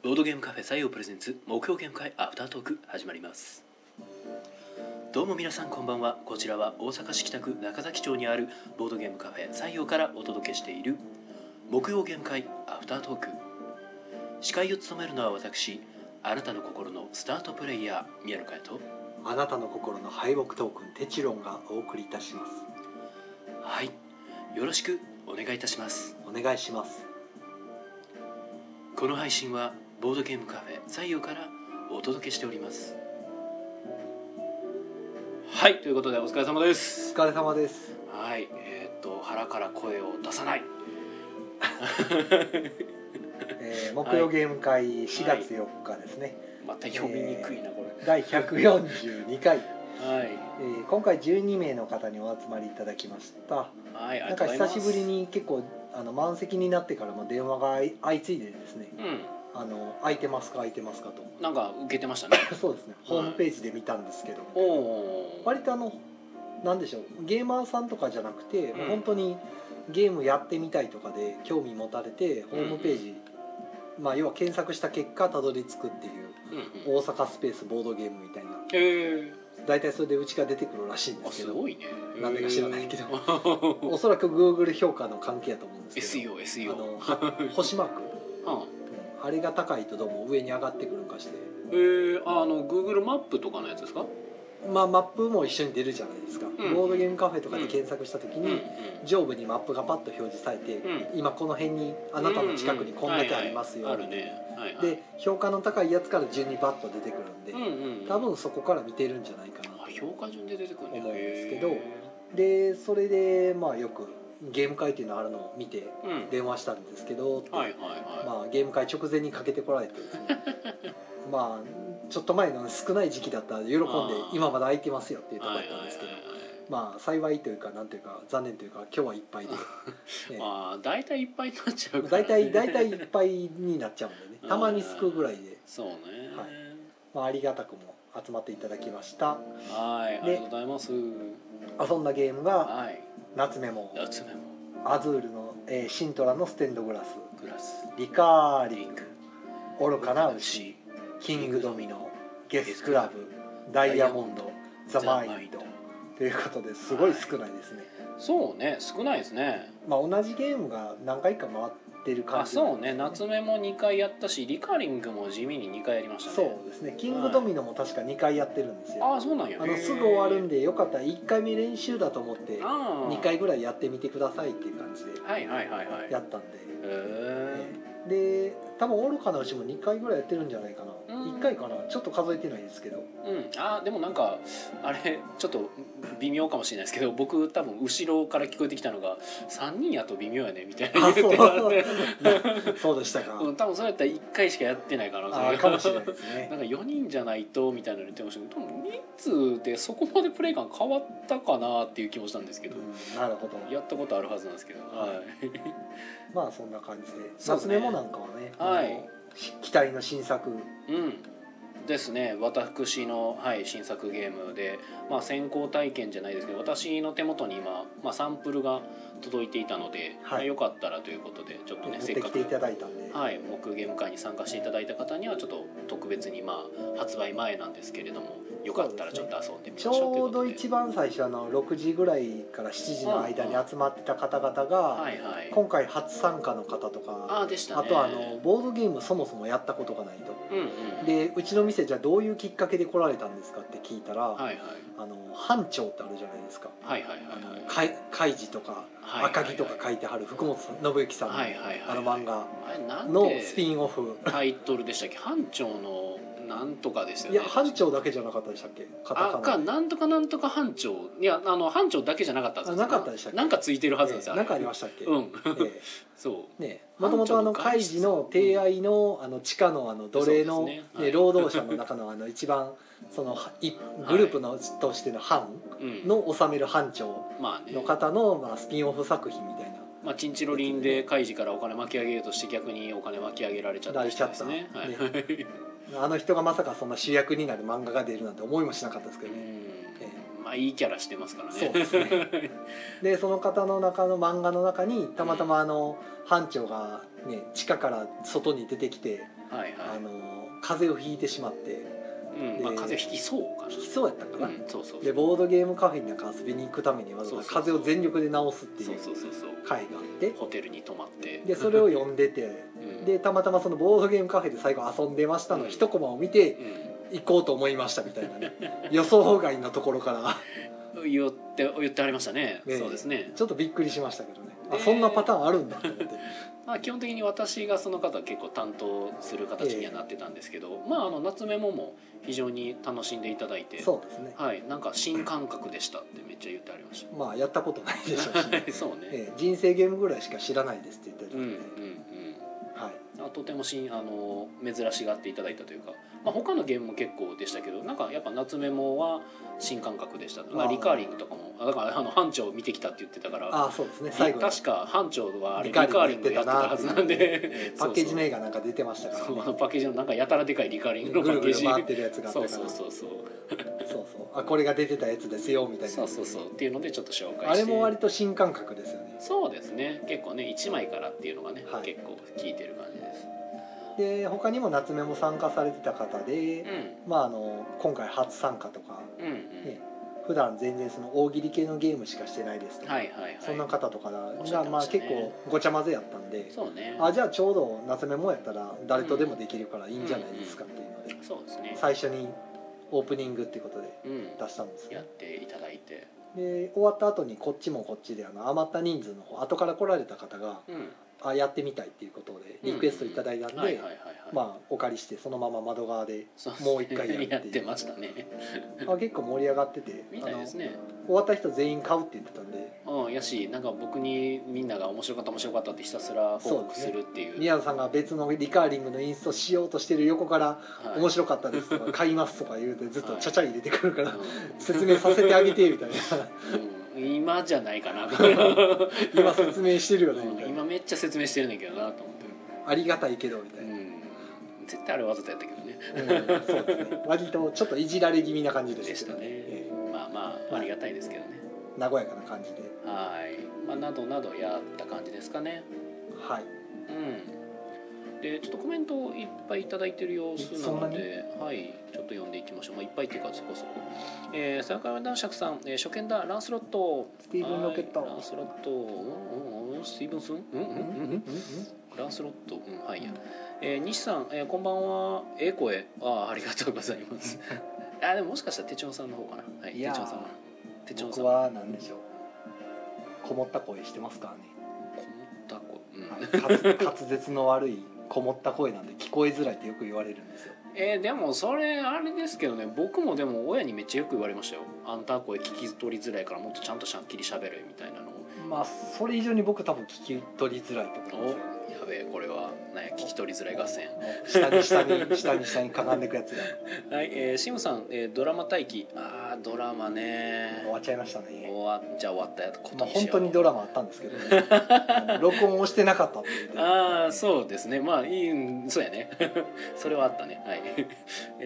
ボードゲームカフェ採用プレゼンツ木曜ゲーム会アフタートーク始まります。どうも皆さんこんばんは。こちらは大阪市北区中崎町にあるボードゲームカフェ採用からお届けしている木曜ゲーム会アフタートーク。司会を務めるのは私、あなたの心のスタートプレイヤー宮野佳代と、 あなたの心の敗北トークンテチロンがお送りいたします。 はい、よろしくお願いいたします。 お願いします。 この配信はボードゲームカフェ採用からお届けしております。はい、ということでお疲れ様です。 お疲れ様です。 はい、腹から声を出さない木曜ゲーム会4月4日ですね、 また読みにくいなこれ、 第142回、 はい、 今回12名の方にお集まりいただきました。 はい、 なんか久しぶりに結構満席になってからも電話が相次いでですね、空いてますか空いてますかとなんか受けてましたねそうですね、ホームページで見たんですけど、 お割となんでしょう、ゲーマーさんとかじゃなくて、もう本当にゲームやってみたいとかで興味持たれてホームページ、要は検索した結果たどり着くっていう、大阪スペースボードゲームみたいな、大体それでうちが出てくるらしいんですけど、 すごいね、 なんでか知らないけどおそらく Google 評価の関係やと思うんですけど、 SEO 星マーク、あれが高いとどうも上に上がってくるんかして、 Google マップとかのやつですか？ マップも一緒に出るじゃないですか、ボードゲームカフェとかで検索した時に、上部にマップがパッと表示されて、今この辺にあなたの近くにこんだけありますよ、で評価の高いやつから順にバッと出てくるんで、多分そこから見てるんじゃないかなと評価順で出てくるん思うんですけど、でそれでよくゲーム会っていうのあるのを見て電話したんですけど、ゲーム会直前にかけてこられてですねちょっと前の少ない時期だったら喜んで今まだ空いてますよっていうところだったんですけど、幸いというかなんというか残念というか今日はいっぱいで大体いっぱいになっちゃうから、大体いっぱいになっちゃうんでね、たまにすくぐらいで、 そうね、 ありがたくも集まっていただきました。 はい、ありがとうございます。 遊んだゲームが、夏メモ、アズールの、シントラのステンドグラス、リカーリング、愚かな牛、キングドミノ、ゲスクラブ、ダイヤモンド、ザ・マインドということですごい少ないですね。 そうね、少ないですね。 同じゲームが何回か回ってる感じ、 そうね、夏目も2回やったし、リカリングも地味に2回やりましたね。 そうですね、キングドミノも確か2回やってるんですよ。 そうなんや。 すぐ終わるんでよかったら1回目練習だと思って2回ぐらいやってみてくださいっていう感じでやったんで、多分愚かな牛も2回ぐらいやってるんじゃないかな、1回かな、ちょっと数えてないですけど、 でもなんかあれちょっと微妙かもしれないですけど、僕多分後ろから聞こえてきたのが3人やと微妙やねみたいな言ってたんでそうでしたか、 多分それやったら1回しかやってない可能性かもしれないですねなんか4人じゃないとみたいなの言ってましたけど、多分人数でそこまでプレイ感変わったかなっていう気もしたんですけど、 なるほど、 やったことあるはずなんですけど、 そんな感じで、夏メモなんかはね、期待の新作ですね。私の、新作ゲームで、先行体験じゃないですけど、私の手元に今、サンプルが届いていたので、よかったらということでちょっとね、せっかく持ってきていただいたんで、 木ゲーム会に参加していただいた方にはちょっと特別に発売前なんですけれども、よかったらちょっと遊んでみましょうということで、 ちょうど一番最初6時ぐらいから7時の間に集まってた方々が、今回初参加の方とか、 でしたね、 あとボードゲームそもそもやったことがないと、でうちの店じゃあどういうきっかけで来られたんですかって聞いたら、班長ってあるじゃないですか、海事とか赤木とか書いてはる福本信之さんの漫画のスピンオフ、 タイトルでしたっけ、班長のなんとかですよね。 いや班長だけじゃなかったでしたっけ、カタカナなんとかなんとか班長、いや班長だけじゃなかったんですよ。 なかったでしたっけ、 なんかついてるはずなんですよ、 なんかありましたっけ、 そうね、もともと海事の提愛の地下の奴隷の労働者の中の一番そのグループのとしての班の治める班長の方のスピンオフ作品みたいな、 チンチロリンで海事からお金巻き上げようとして逆にお金巻き上げられちゃったりしてですね、 あの人がまさかそんな主役になる漫画が出るなんて思いもしなかったですけどね。 あいいキャラしてますからね。 そうですねでその方の中の漫画の中にたまたま班長が、ね、地下から外に出てきて、はいはい、風邪をひいてしまって、 まあ、風邪ひきそうかな、 ひきそうやったかな、 そうそうそう、 でボードゲームカフェになんか遊びに行くためにわざわざ風邪を全力で治すっていう会があって、 ホテルに泊まってでそれを読んでてでたまたまそのボードゲームカフェで最後遊んでましたの一コマを見て、行こうと思いましたみたいなね予想外のところから言ってありましたね。そうですね、 ちょっとびっくりしましたけどね、そんなパターンあるんだと思ってまあ基本的に私がその方結構担当する形にはなってたんですけど、まあ夏メモも非常に楽しんでいただいて、 そうですね、 はい、なんか新感覚でしたってめっちゃ言ってありました。 まあやったことないでしょうし、 そうね、 人生ゲームぐらいしか知らないですって言ってたんで、 はい、とても珍しがっていただいたというか、まあ、他のゲームも結構でしたけど、なんかやっぱ夏メモは新感覚でした。まあ、リカーリングとかもだから班長を見てきたって言ってたから、 あそうですね、最後確か班長はあれリカーリングやってたはずなんでパッケージの映画なんか出てましたから、ね、 そうパッケージのなんかやたらでかいリカーリングのパッケージぐるぐる回ってるやつがあったから、そうあこれが出てたやつですよみたいな、 そうっていうのでちょっと紹介して、 あれも割と新感覚ですよね。 そうですね、結構ね1枚からっていうのがね、はい、結構効いてる感じです。 で他にも夏目も参加されてた方で、まあ今回初参加とか、ね、普段全然その大喜利系のゲームしかしてないですとか、そんな方とかが、まあ、結構ごちゃ混ぜやったんで、 そうね、 じゃあちょうど夏目もやったら誰とでもできるからいいんじゃないですかっていうので、 そうですね、 最初にオープニングっていうことで出したんですよ、 やっていただいて、 で終わった後にこっちもこっちで余った人数の方後から来られた方が、やってみたいっていうことでリクエストいただいたんで、まあお借りしてそのまま窓側でもう一回やってましたね結構盛り上がってて、 みたいですね。 終わった人全員買うって言ってたんで、 やしなんか僕にみんなが面白かったってひたすら報告するっていう、 宮野さんが別のリカーリングのインストしようとしてる横から面白かったですとか買いますとか言うてずっとちゃちゃ入れてくるから説明させてあげてみたいな今じゃないかな今説明してるよねみたいな、 今めっちゃ説明してるんだけどなと思って、 ありがたいけどみたいな、 絶対あれわざとやったけどね、 そうですね、割とちょっといじられ気味な感じでしたね、まあありがたいですけどね、 和やかな感じで、 はい、まあ、などなどやった感じですかね。はい、でちょっとコメントをいっぱいいただいてる様子なので、はい、ちょっと読んでいきましょう。まあ、いっぱいっていうかそこそこ。坂上男爵さん、初見だランスロット、 スティーブン・ロケット、 ランスロット、スティーブンスン、ランスロット、はいや。西さん、こんばんは。声、ありがとうございます。でももしかしたら手帳さんの方かな。はい、手帳さん。 僕は何でしょう。こもった声してますからね。 こもった声、 滑舌の悪いこもった声なんで聞こえづらいってよく言われるんですよ。 でもそれあれですけどね、僕もでも親にめっちゃよく言われましたよ。あんた声聞き取りづらいからもっとちゃんとしゃっきり喋れみたいなのを。 まあそれ以上に僕多分聞き取りづらいと思うんですよ。 やべえ、これは何や、聞き取りづらい合戦。 下にかがんでいくやつが。はい、シムさん、ドラマ待機。ドラマね。 終わっちゃいましたね。 じゃあ終わったやことにしよう。本当にドラマあったんですけどね。録音をしてなかったっていう。 そうですね。まあいい、そうやね。それはあったね。はい。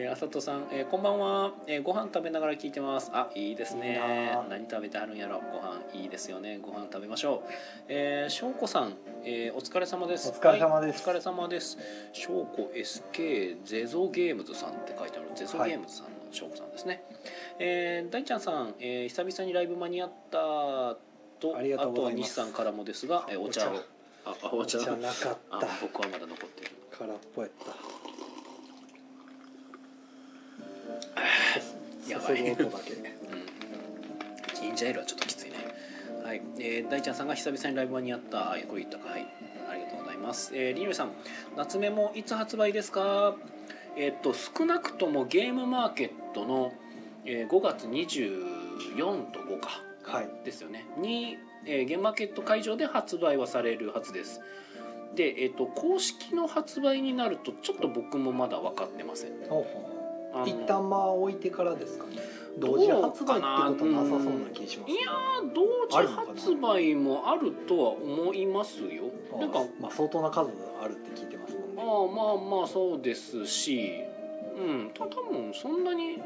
あさとさん、こんばんは。ご飯食べながら聞いてます。いいですね。何食べてはるんやろ。ご飯いいですよね。ご飯食べましょう。しょうこさん、お疲れ様です。 お疲れ様です。 お疲れ様です。しょうこ SK ゼゾゲームズさんって書いてあるゼゾゲームズさんのしょうこさんですね。大ちゃんさん、久々にライブ間に合ったと、あと西さんからもですが、お茶をお茶なかった。 僕はまだ残ってる。 空っぽやった。 やばい。ジンジャーエールはちょっときついね。はい、大ちゃんさんが久々にライブ間に合った。これ言ったか。はい、ありがとうございます。りのりさん、夏メモいつ発売ですか？少なくともゲームマーケットの、5月24と5か、ですよねに、ゲームマーケット会場で発売はされるはずです。で、公式の発売になるとちょっと僕もまだ分かってません。 一旦置いてからですかね。同時発売ってことはなさそうな気します、ね。 いや同時発売もあるとは思いますよ。なんか相当な数あるって聞いてますもんね。 まあそうですし、多分そんなに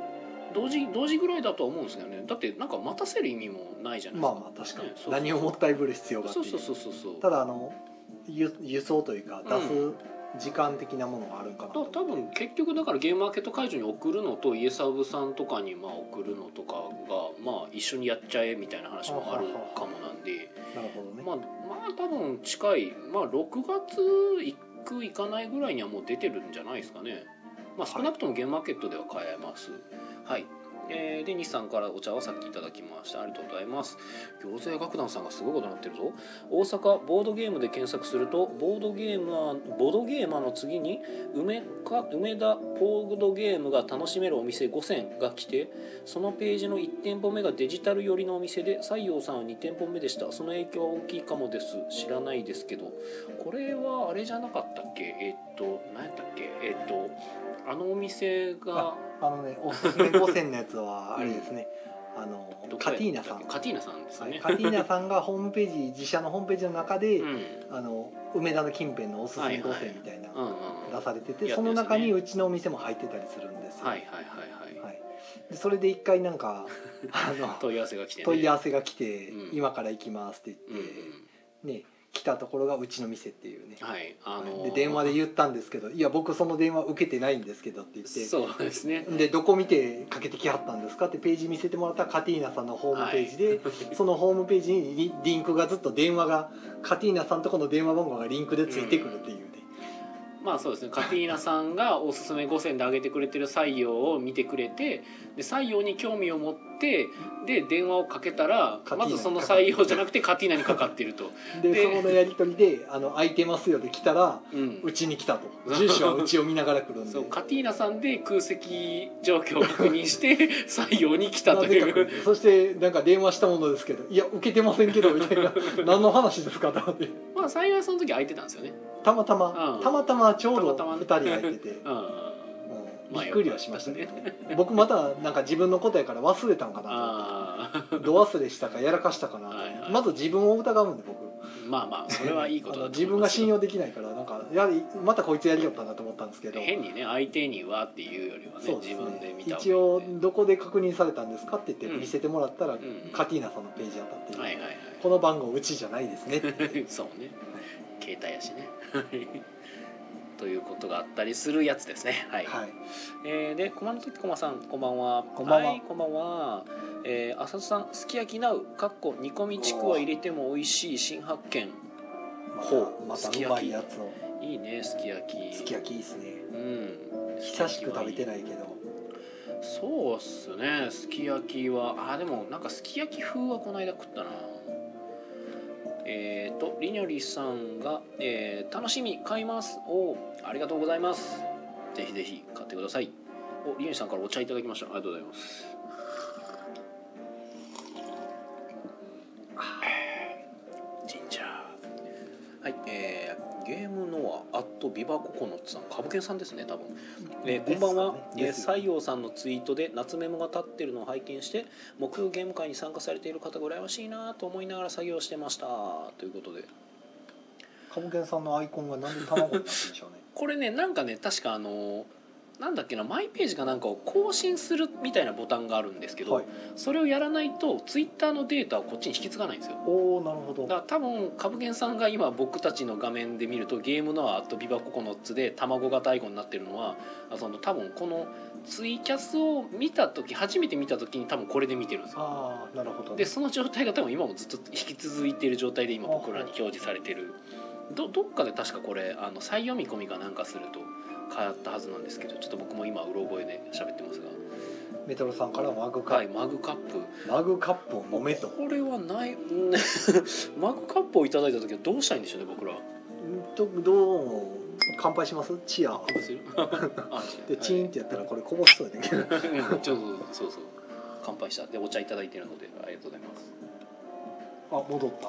同時ぐらいだとは思うんですけどね。だってなんか待たせる意味もないじゃないですか。 まあまあ確かに、ね、何をもったいぶる必要があって。 そうただ輸送というか出す時間的なものがあるんかなと、 多分結局だからゲームマーケット会場に送るのとイエサブさんとかにまあ送るのとかがまあ一緒にやっちゃえみたいな話もあるかもなんで、 なるほどね。 まあ多分近い、まあ6月行かないぐらいにはもう出てるんじゃないですかね。まあ少なくともゲームマーケットでは買えます。はい。で西さんからお茶をさっきいただきました。ありがとうございます。餃子屋楽団さんがすごいことになってるぞ。大阪ボードゲームで検索するとボードゲーマーの次に梅田ボードゲームが楽しめるお店5選が来て、そのページの1店舗目がデジタル寄りのお店で西洋さんは2店舗目でした。その影響は大きいかもです。知らないですけど、これはあれじゃなかったっけ。何やったっけ。あのお店がおすすめ5選のやつはあれですね、カティーナさんですね、 カティーナさんがホームページ自社のホームページの中で、梅田の近辺のおすすめ5選みたいな出されてて、その中にうちのお店も入ってたりするんですよ。でそれで一回なんか問い合わせが来て、 今から行きますって言って、ね、来たところがうちの店っていうね、で電話で言ったんですけど、いや僕その電話受けてないんですけどって言って、 そうですね。 でどこ見てかけてきはったんですかってページ見せてもらったらカティーナさんのホームページで、そのホームページにリンクがずっと電話がカティーナさんとこの電話番号がリンクでついてくるっていうね、 まあそうですね、カティーナさんがおすすめ5選で上げてくれてる採用を見てくれて、で採用に興味を持ってで電話をかけたら、まずその採用じゃなくてカティーナにかかっているとでそのやり取りで空いてますよで来たら、うちに来たと、住所はうちを見ながら来るんで、 そうカティーナさんで空席状況を確認して採用に来たというそしてなんか電話したものですけど、いや受けてませんけどみたいな何の話ですかと思って、 まあ幸いその時空いてたんですよね。 たまたまちょうど2人空いててびっくりはしましたね。僕またなんか自分のことやから忘れたんかなと思って、ど忘れしたかやらかしたかなと思って、まず自分を疑うんで僕、 まあそれはいいことだと思います。 自分が信用できないから、なんかまたこいつやりよったなと思ったんですけど、 変にね相手にはっていうよりはね、自分で見た方がいい。 一応どこで確認されたんですかって言って見せてもらったら、カティーナさんのページだったっていう、この番号うちじゃないですねってそうね、携帯やしねということがあったりするやつですね。はい。で、駒の時駒さん、こんばんは。こんばんは。浅田さん、すき焼きナウ（煮込みちくわ入れても美味しい新発見）。 またうまいやつを。 いいね、すき焼き。 すき焼きいいっすね。久しく食べてないけど。 そうっすね。すき焼きはでもなんかすき焼き風はこの間食ったな。りにょりさんが、楽しみ買います。ありがとうございます。ぜひぜひ買ってください。りにょりさんからお茶いただきました。ありがとうございます。ジンジャー。はい、ゲームノアビバココノッツさん、カブケンさんですね多分。こんばんは。西洋さんのツイートで夏メモが立ってるのを拝見して、木曜ゲーム会に参加されている方が羨ましいなと思いながら作業してましたということで、 カブケンさんのアイコンがなんで卵になってるんでしょうねこれね、なんかね、確かなんだっけな、マイページかなんかを更新するみたいなボタンがあるんですけど、それをやらないとツイッターのデータをこっちに引き継がないんですよ。 なるほど。 だから多分カブケンさんが今僕たちの画面で見ると、ゲームノアビバココノッツで卵型アイコンになってるのは、多分このツイキャスを初めて見た時に多分これで見てるんですよ。 なるほど、 でその状態が多分今もずっと引き続いている状態で今僕らに表示されてる。どっかで確かこれ再読み込みかなんかすると変わったはずなんですけど、ちょっと僕も今うろ覚えで喋ってますが、 メトロさんからマグカップ、 マグカップを飲めと。 これはないマグカップをいただいた時はどうしたいんでしょうね、僕ら。 どう乾杯します？チアでチーンってやったらこれこぼしそうやねんけどちょっとそう乾杯したでお茶いただいてるのでありがとうございます。 戻った。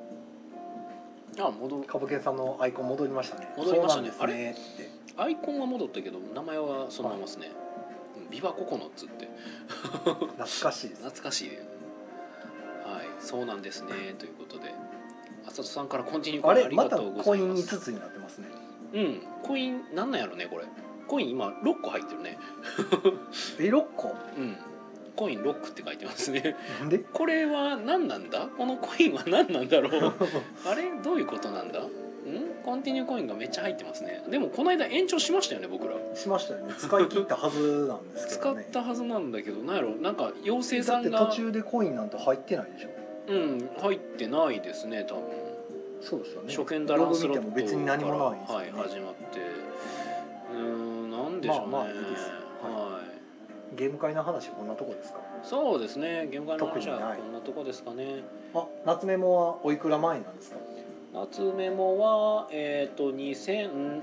カブケンさんのアイコン戻りましたね。 戻りましたね。 あれアイコンは戻ったけど名前はそのままですね。ビバココノッツって懐かしいです。 懐かしいです。はい、そうなんですねということで、浅田さんからコンティニューコインありがとうございます。 またコイン5つになってますね。 コインなんなんやろねこれ。 コイン今6個入ってるね 6個？ うん、コインロックって書いてますね。 なんで？ これは何なんだ、このコインは何なんだろうあれどういうことなんだ。コンティニューコインがめっちゃ入ってますね。でもこの間延長しましたよね、僕ら。 しましたよね。使い切ったはずなんですけどね。 使ったはずなんだけど、なんやろ、なんか妖精さんがだって途中でコインなんて入ってないでしょ。 入ってないですね、多分。 そうですよね。 初見ダランスロットログ見ても別に何もないですよね。 はい、始まってなんでしょうね。 まあいいです。はい。ゲーム会の話こんなとこですか。 そうですね、ゲーム会の話はこんなとこですかね。 夏メモはおいくら前なんですか。 夏メモは2700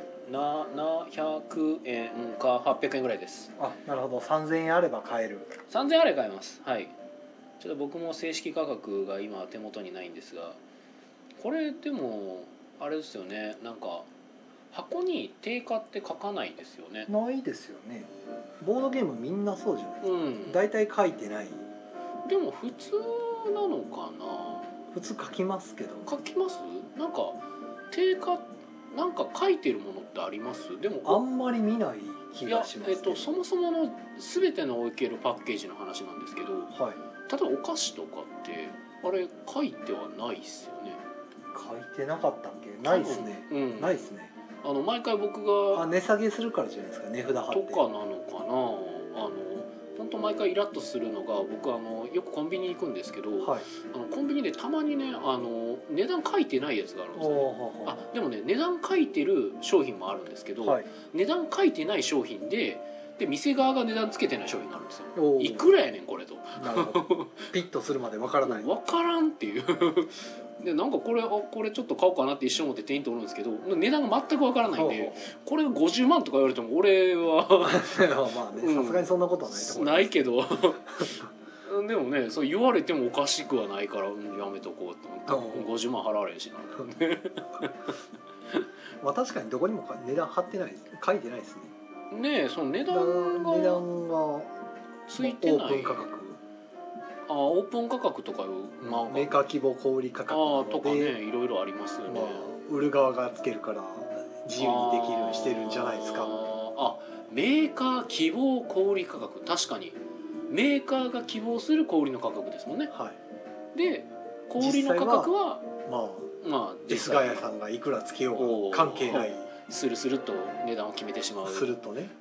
円か800円ぐらいです。 なるほど。3000円あれば買える。 3000円あれば買えます。はい。ちょっと僕も正式価格が今手元にないんですが、これでもあれですよね、なんか箱に定価って書かないですよね。 ないですよね。ボードゲームみんなそうじゃないですか。大体書いてない。 でも普通なのかな。 普通書きますけど。 書きます？なんか定価なんか書いてるものってあります？でもあんまり見ない気がします、 そもそもの全ての置けるパッケージの話なんですけど、 はい、 例えばお菓子とかってあれ書いてはないっすよね。 書いてなかったっけ。ないっすね、ないっすね。 毎回僕が値下げするからじゃないですか、値札貼ってとかなのかな。本当毎回イラッとするのが、僕よくコンビニに行くんですけど、はい、コンビニでたまにね値段書いてないやつがあるんですよ。でもね、値段書いてる商品もあるんですけど、はい、値段書いてない商品で店側が値段つけてない商品があるんですよ。いくらやねんこれと。 なるほど。ピッとするまで分からない。 分からんっていうで、なんかこれちょっと買おうかなって一瞬思って手に取るんですけど、値段が全く分からないんで、これが50万とか言われても俺はまあね、さすがにそんなことはないと思う。 ないけどでもね、そう言われてもおかしくはないから、やめとこうって50万払われんしなまあ確かにどこにも値段貼ってない、書いてないですね。 ねえ、その値段がついてない。オープン価格、オープン価格とかいう、 メーカー希望小売価格とかね、いろいろありますよね。 売る側がつけるから自由にできるようにしてるんじゃないですか。 メーカー希望小売価格、確かにメーカーが希望する小売の価格ですもんね。はい、で小売の価格はデスガヤさんがいくらつけようが関係ない、 スルスルと値段を決めてしまう。 するとね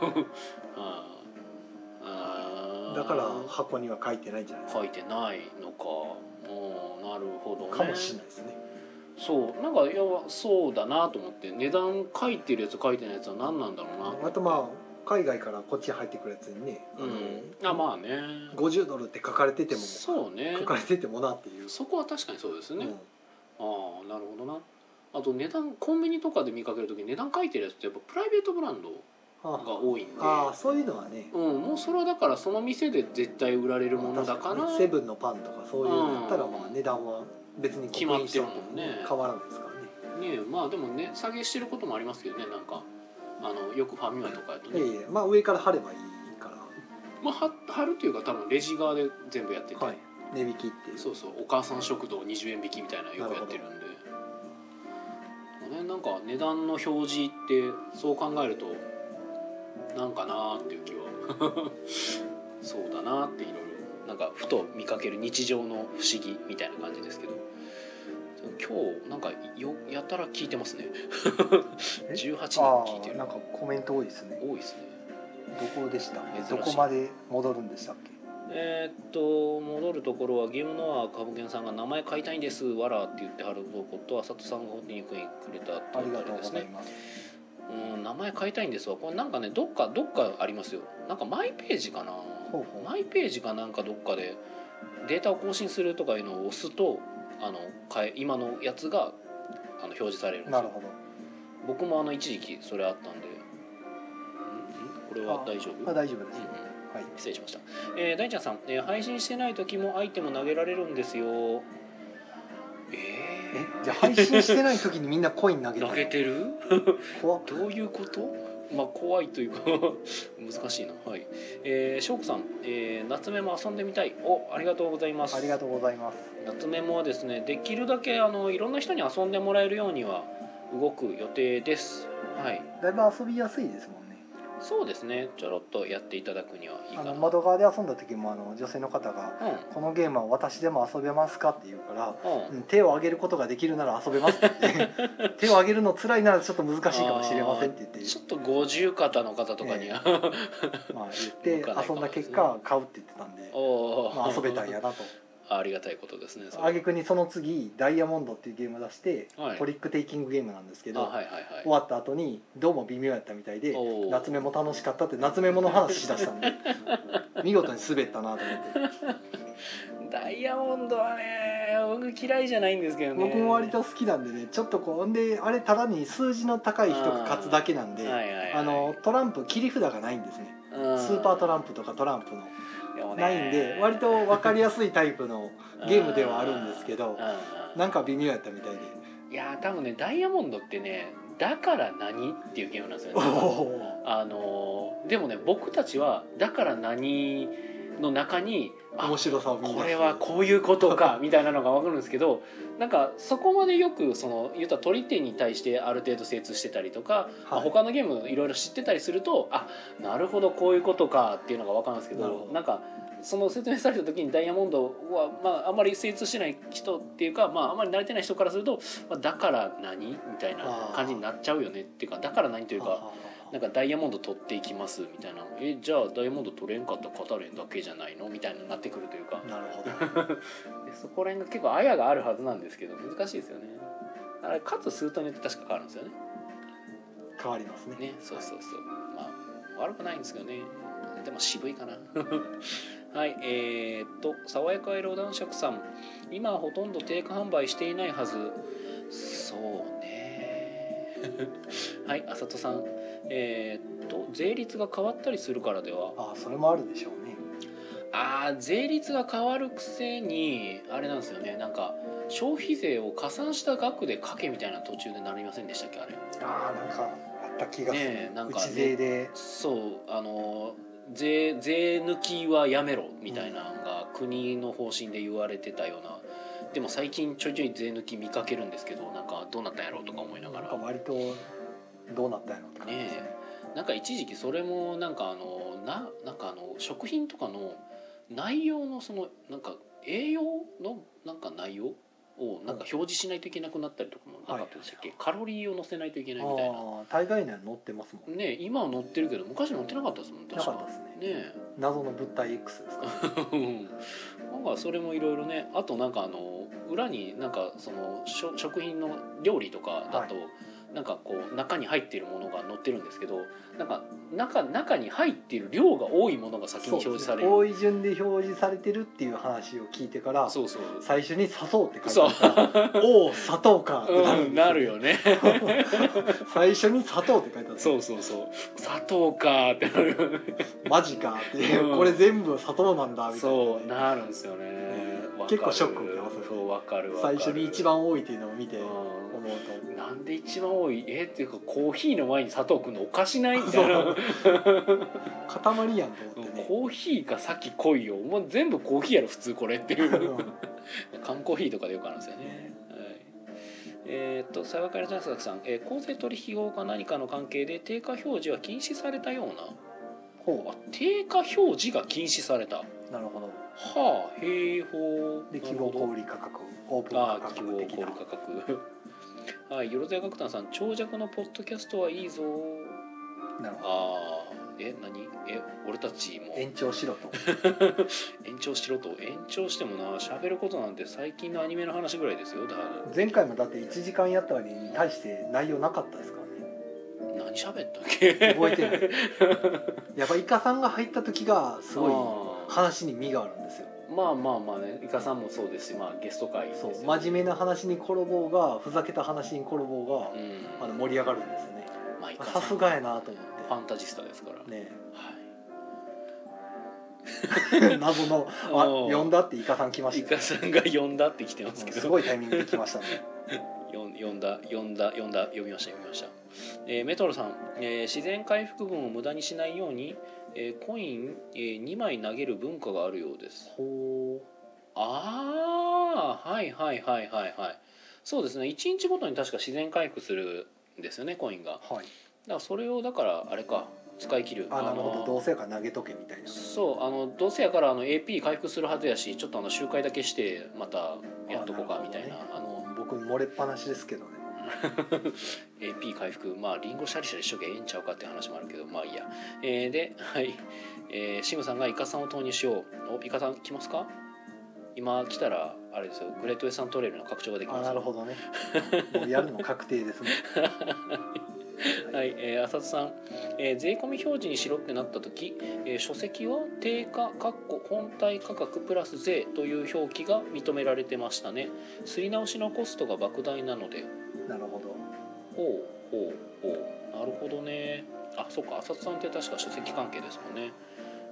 だから箱には書いてないんじゃないですか。 書いてないのか。なるほどね。 かもしれないですね。 そうなんかそうだなと思って、値段書いてるやつ書いてないやつは何なんだろうな。 あと海外からこっち入ってくるやつにね、 まあね、 50ドルって書かれてても、 そうね、 書かれててもなっていう。 そこは確かにそうですね。なるほどな。あと値段、コンビニとかで見かけるときに値段書いてるやつってやっぱプライベートブランドが多いんで、 そういうのはね、 もうそれはだからその店で絶対売られるものだから、 セブンのパンとかそういうのだったら値段は別に決まってるもんね。 変わらないですからね。 でもね、下げしてることもありますけどね。なんかよくファミマとかやとね、 上から貼ればいいから、 貼るというか多分レジ側で全部やってて、 値引きっていう、 そうお母さん食堂20円引きみたいなのよくやってるんでね。なんか値段の表示ってそう考えるとなんかなーっていう気はそうだなーっていろいろなんかふと見かける日常の不思議みたいな感じですけど、今日なんかやたら聞いてますね18人聞いてる。 なんかコメント多いですね。 多いですね。 どこでした？どこまで戻るんでしたっけ？ 戻るところはゲームノアカブケンさんが名前変えたいんですわらって言ってはることは、佐藤さんが本当にくれたってありがとうございます。 名前変えたいんですわ。これなんかね、どっかありますよ。なんかマイページかな、マイページかなんかどっかでデータを更新するとかいうのを押すと今のやつが表示されるんですよ。なるほど。僕も一時期それあったんで。これは大丈夫？ 大丈夫です、 はい、失礼しました。大ちゃんさん、配信してない時もアイテム投げられるんですよ。 じゃあ配信してない時にみんなコイン投げてるどういうこと？怖いというか難しいな。はい。ショークさん、夏メモ遊んでみたい。ありがとうございます。 ありがとうございます。 夏メモはですね、できるだけいろんな人に遊んでもらえるようには動く予定です。はい。 だいぶ遊びやすいですもんね。 そうですね、ちょろっとやっていただくにはいいかな。 窓側で遊んだ時も女性の方が、このゲームは私でも遊べますかって言うから、手を挙げることができるなら遊べますって言って手を挙げるの辛いならちょっと難しいかもしれませんって言って、 ちょっと五十肩の方とかには、 まあ言って遊んだ結果買うって言ってたんで、まあ、遊べたんやなと。 ありがたいことですね。 挙句にその次ダイヤモンドっていうゲームを出して、トリックテイキングゲームなんですけど、終わった後にどうも微妙やったみたいで、夏目も楽しかったって夏メモの話しだしたんで見事に滑ったなと思ってダイヤモンドはね、僕嫌いじゃないんですけどね。 僕も割と好きなんでね、ちょっとこうであれただに数字の高い人が勝つだけなんで、トランプ切り札がないんですね。スーパートランプとかトランプのないんで、割と分かりやすいタイプのゲームではあるんですけど、なんか微妙やったみたいで。 いや多分ね、ダイヤモンドってね、だから何っていうゲームなんですよね。でもね、僕たちはだから何の中に面白さを見出す、 これはこういうことかみたいなのが分かるんですけど、なんかそこまでよくその言ったら取り手に対してある程度精通してたりとか、他のゲームいろいろ知ってたりすると、なるほどこういうことかっていうのが分かるんですけど、なんかその説明された時にダイヤモンドは、あんまり精通してない人っていうか、あんまり慣れてない人からすると、だから何みたいな感じになっちゃうよねっていうか、だから何というか、なんかダイヤモンド取っていきますみたいな、じゃあダイヤモンド取れんかったら語れんだけじゃないのみたいになってくるというか、 なるほどでそこら辺が結構あやがあるはずなんですけど難しいですよね。あれかつスートによって確か変わるんですよね。 変わりますね。 そう悪くないんですけどね。でも渋いかなはい、爽やか色男爵さん、今はほとんど定価販売していないはず。そうねはい、あさとさん、税率が変わったりするからでは。 それもあるでしょうね。 税率が変わるくせにあれなんですよね、なんか消費税を加算した額でかけみたいな途中でなりませんでしたっけ、あれ。 なんかあった気がする、 なんか内税で、 税抜きはやめろみたいなのが国の方針で言われてたような。でも最近ちょいちょい税抜き見かけるんですけど、なんかどうなったんやろうとか思いながら、 なんか割とどうなったんやろうとかなんか一時期それもなんか食品とかの内容のそのなんか栄養のなんか内容をなんか表示しないといけなくなったりとかもなかったでしたっけ、カロリーを載せないといけないみたいな。 大概には載ってますもんね。今は載ってるけど昔載ってなかったですもん確か。 なかったですね。謎の物体 X ですかなんかそれもいろいろね。あとなんか裏になんかその食品の料理とかだと、なんかこう中に入っているものが載ってるんですけど、なんか中に入っている量が多いものが先に表示される、 多い順で表示されてるっていう話を聞いてから、最初に砂糖って書いてあったらおお砂糖かってなるんですよ、 なるよね最初に砂糖って書いてあった、 そう砂糖かってなるよねマジかって、これ全部砂糖なんだみたいな、 そうなるんですよね。 結構ショック受けますよね。 そう分かる最初に一番多いっていうのを見て思うと、 なんで一番多いっていうか、コーヒーの前に砂糖くんのおかしないみたいな塊やんと思ってね。 コーヒーが先来いよ、もう全部コーヒーやろ普通これっていう缶コーヒーとかでよくあるんですよね。沢刈田崎さん、公正取引法か何かの関係で定価表示は禁止されたような。定価表示が禁止された。 なるほど。 へえ、ほう。 で希望小売価格、オープン価格的な。 希望小売価格はい、よろずや楽団さん、長尺のポッドキャストはいいぞ。 なるほど。 何俺たちも延長しろと延長してもな、喋ることなんて最近のアニメの話ぐらいですよ。だから前回もだって1時間やった割に対して内容なかったですからね。 何喋ったっけ覚えてないやっぱイカさんが入った時がすごい話に実があるんですよ。 まあね、イカさんもそうですし、ゲスト会ですよね。 そう、真面目な話に転ぼうがふざけた話に転ぼうが、盛り上がるんですよね。さすがやなと思って。 ファンタジスタですからね。 はい謎の呼んだってイカさん来ました、 イカさんが呼んだって来てますけど、 すごいタイミングで来ましたね呼びました。メトロさん、自然回復分を無駄にしないように、コイン、2枚投げる文化があるようです。はいそうですね。1日ごとに確か自然回復するんですよね、コインが。だからそれをだからあれか、 使い切る。 なるほど、どうせやから投げとけみたいな。 そうどうせやからAP 回復するはずやし、ちょっと周回だけしてまたやっとこうかみたいな。 僕漏れっぱなしですけどね。 AP 回復、まあリンゴシャリシャリしとけええんちゃうかっていう話もあるけど、まあいいや。で、はい、シムさんがイカさんを投入しよう。イカさん来ますか？今来たらあれですよ、グレートウェスタントレイルの拡張ができますよ。 なるほどね。もうやるの確定ですね。 はい、浅田さん、税込み表示にしろってなった時、書籍は定価本体価格プラス税という表記が認められてましたね。すり直しのコストが莫大なので。 なるほど。 ほうなるほどね。あ、そうか、浅田さんって確か書籍関係ですもんね。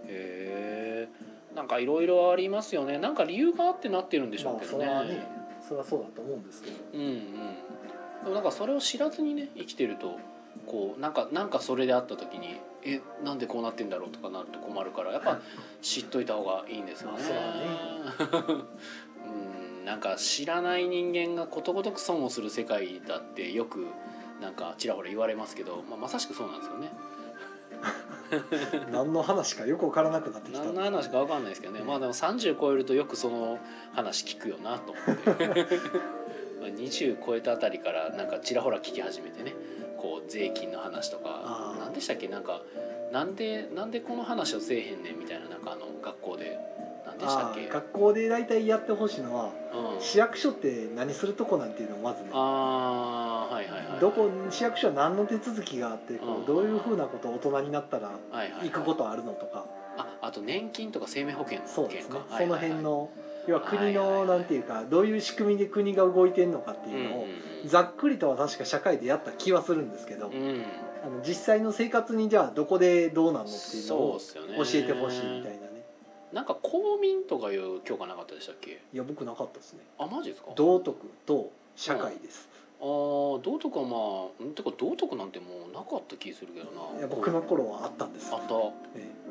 なんかいろいろありますよね。なんか理由があってなってるんでしょうけどね。 まあそれはそうだと思うんですけど。 でもなんかそれを知らずにね生きてると、こうなんかそれであった時になんでこうなってんだろうとかなると困るから、やっぱ知っといた方がいいんですよね。なんか知らない人間がことごとく損をする世界だってよくなんかちらほら言われますけど、まさしくそうなんですよね。 何の話かよく分からなくなってきた。 何の話か分かんないですけどね。まあでも30超えるとよくその話聞くよなと思って20超えたあたりからなんかちらほら聞き始めてね、こう税金の話とか、何でしたっけ、なんかなんでこの話をせえへんねんみたいな、なんか学校で何でしたっけ。 学校で大体やってほしいのは、市役所って何するとこなんていうのをまずね、市役所は何の手続きがあって、どういうふうなことを大人になったら行くことあるのとか、 あと年金とか生命保険のそうですね、その辺の要は国のなんていうか、どういう仕組みで国が動いてるのかっていうのをざっくりとは確か社会でやった気はするんですけど、実際の生活にじゃあどこでどうなんのっていうのを教えてほしいみたいなね。 なんか公民とかいう教科なかったでしたっけ。 いや僕なかったですね。 あ、マジですか。道徳と社会です。 道徳はてか道徳なんてもうなかった気するけどな。 いや僕の頃はあったんです。 あった。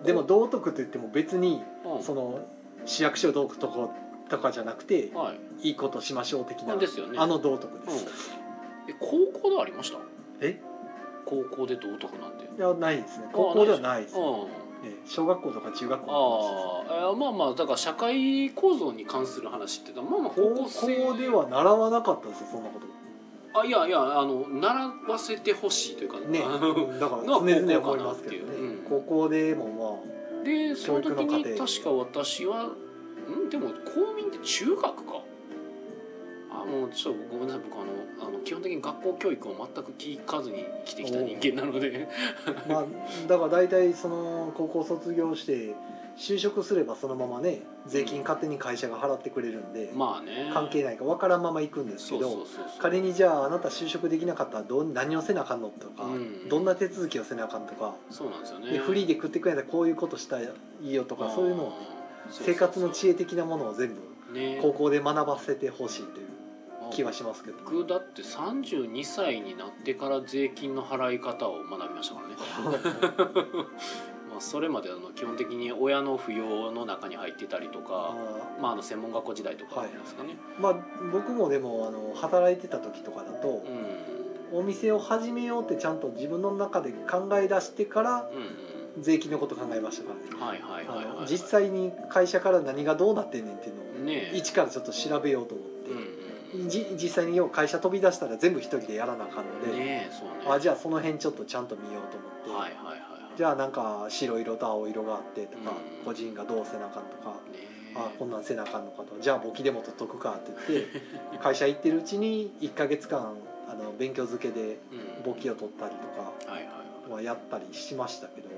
でも道徳といっても別に、その市役所道徳とかじゃなくて、いいことしましょう的なですよね。 道徳です。 高校でありました？高校で道徳なんて。いやないですね。高校ではないです。小学校とか中学校の話です。 まあだから社会構造に関する話って高校では習わなかったですよ、そんなこと。 いや習わせてほしいというかね、だから常々思いますけどね。高校でもまあでその時に確か私はでも公民って中学か。もうちょっとごめんなさい、僕基本的に学校教育を全く聞かずに生きてきた人間なのでまあだから大体その高校卒業して就職すればそのままね、税金勝手に会社が払ってくれるんで、 まあね、 関係ないか分からんまま行くんですけど、仮にじゃああなた就職できなかったら何をせなあかんのとか、どんな手続きをせなあかんとか、 そうなんですよね。 でフリーで食ってくれたらこういうことしたらいいよとか、そういうのをね、生活の知恵的なものを全部高校で学ばせてほしいという気はしますけど、 僕だって32歳になってから税金の払い方を学びましたからねそれまで基本的に親の扶養の中に入ってたりとか、専門学校時代とかですかね。 僕もでも働いてた時とかだと、お店を始めようってちゃんと自分の中で考え出してから税金のこと考えましたからね。実際に会社から何がどうなってんねんっていうのを一からちょっと調べようと思って、実際に会社飛び出したら全部一人でやらなあかんので、じゃあその辺ちょっとちゃんと見ようと思って、じゃあなんか白色と青色があってとか、個人がどうせなあかんとか、こんなんせなあかんのかと、じゃあ簿記でも取っとくかって言って会社行ってるうちに1ヶ月間勉強漬けで簿記を取ったりとかはやったりしましたけど、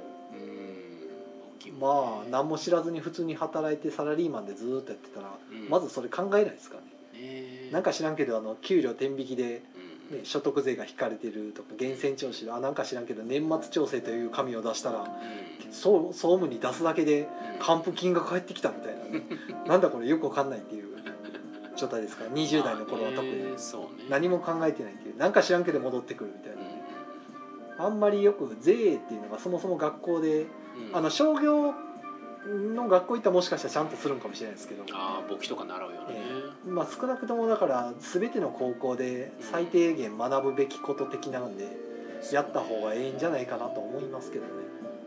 まあ何も知らずに普通に働いてサラリーマンでずっとやってたら、まずそれ考えないですからね。なんか知らんけど給料天引きで、所得税が引かれてるとか、源泉徴収なんか知らんけど年末調整という紙を出したら、総務に出すだけで還付金が返ってきたみたいなねなんだこれよくわかんないっていう状態ですから20代の頃は特に何も考えてないっていう、なんか知らんけど戻ってくるみたいな、あんまりよく税っていうのがそもそも学校で、商業の学校行ったらもしかしたらちゃんとするんかもしれないですけど、 簿記とか習うよね。 少なくともだから全ての高校で最低限学ぶべきこと的なんでやった方がええんじゃないかなと思いますけどね。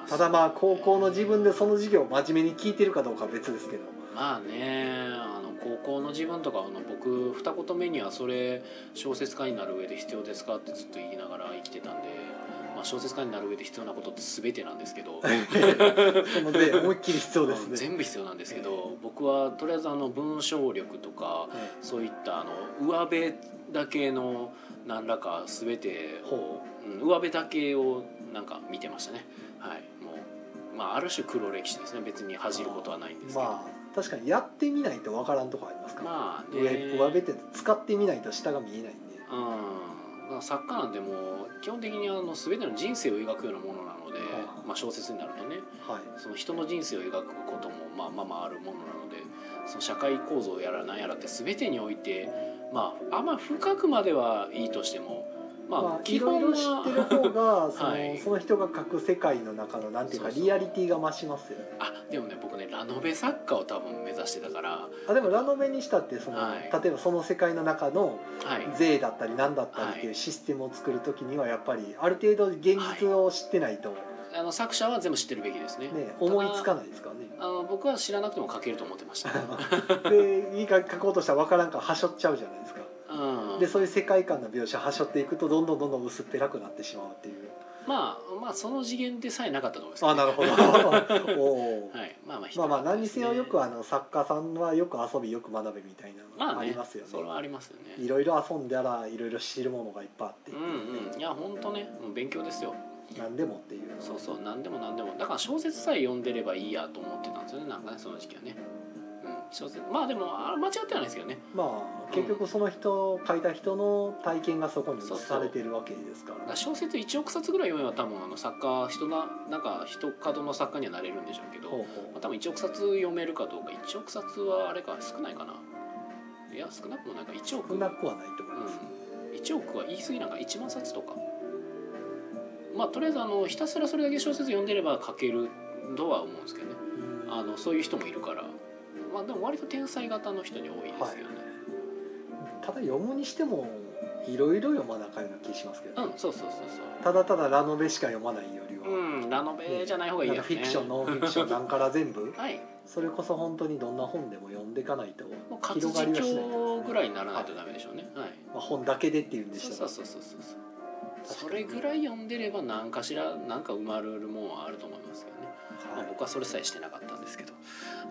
ただまあ高校の自分でその授業を真面目に聞いてるかどうかは別ですけど、 まあね、高校の自分とか僕二言目にはそれ小説家になる上で必要ですかってずっと言いながら生きてたんで、まあ、小説家になる上で必要なことって全てなんですけどそので思いっきり必要ですね全部必要なんですけど、僕はとりあえず文章力とか、そういった上辺だけの何らか全てを、上辺だけをなんか見てましたね。はい、もう、まあ、ある種黒歴史ですね。別に恥じることはないんですけど、 まあ確かにやってみないと分からんとこありますから、 まあね、 上辺って使ってみないと下が見えないんで、 作家なんてもう基本的に全ての人生を描くようなものなので、まあ、小説になるとね、その人の人生を描くこともまああるものなので、その社会構造やら何やらって全てにおいて、まああんま深くまではいいとしても、まあいろいろ知ってる方がその人が書く世界の中のなんていうかリアリティが増しますよね。 でもね、僕ねラノベ作家を多分目指してたから。 でもラノベにしたって例えばその世界の中の税だったり何だったりっていうシステムを作る時にはやっぱりある程度現実を知ってないと、 作者は全部知ってるべきですね。 思いつかないですからね。 僕は知らなくても書けると思ってましたでいいか書こうとしたら分からんからはしょっちゃうじゃないですか。でそういう世界観の描写はしょっていくとどんどん薄っぺらくなってしまうっていう。 まあその次元でさえなかったと思いますけど、ね、 なるほどはい、まあ何にせよよく作家さんはよく遊びよく学べみたいなのありますよね。 それはありますよね。 いろいろ遊んだらいろいろ知るものがいっぱいあって、 いや本当ね、勉強ですよ。 何でもっていう。 そう何でもだから小説さえ読んでればいいやと思ってたんですよね、なんかね、その時期はね。小説まあでも間違ってはないですけどね。まあ結局その人、書いた人の体験がそこに映されてるわけですから、 小説1億冊ぐらい読めば多分なんか人角の作家にはなれるんでしょうけど、多分1億冊読めるかどうか。1億冊はあれか少ないかな。いや少なくもないか。1億少なくはないと思います、 1億は言い過ぎなんか1万冊とか。まあとりあえずひたすらそれだけ小説読んでれば書けるとは思うんですけどね。そういう人もいるから。まあでも割と天才型の人に多いですよね。 ただ読むにしてもいろいろ読まなあかんような気しますけど、 そうただただラノベしか読まないよりは、 ラノベじゃない方がいいよね。 フィクションノンフィクションなんから全部それこそ本当にどんな本でも読んでいかないと広がりはしないですね。活字教ぐらいにならないとダメでしょうね。 本だけでっていうんでしたら、 それぐらい読んでれば何かしら何か生まれるものはあると思いますけどね。僕はそれさえしてなかったんですけど、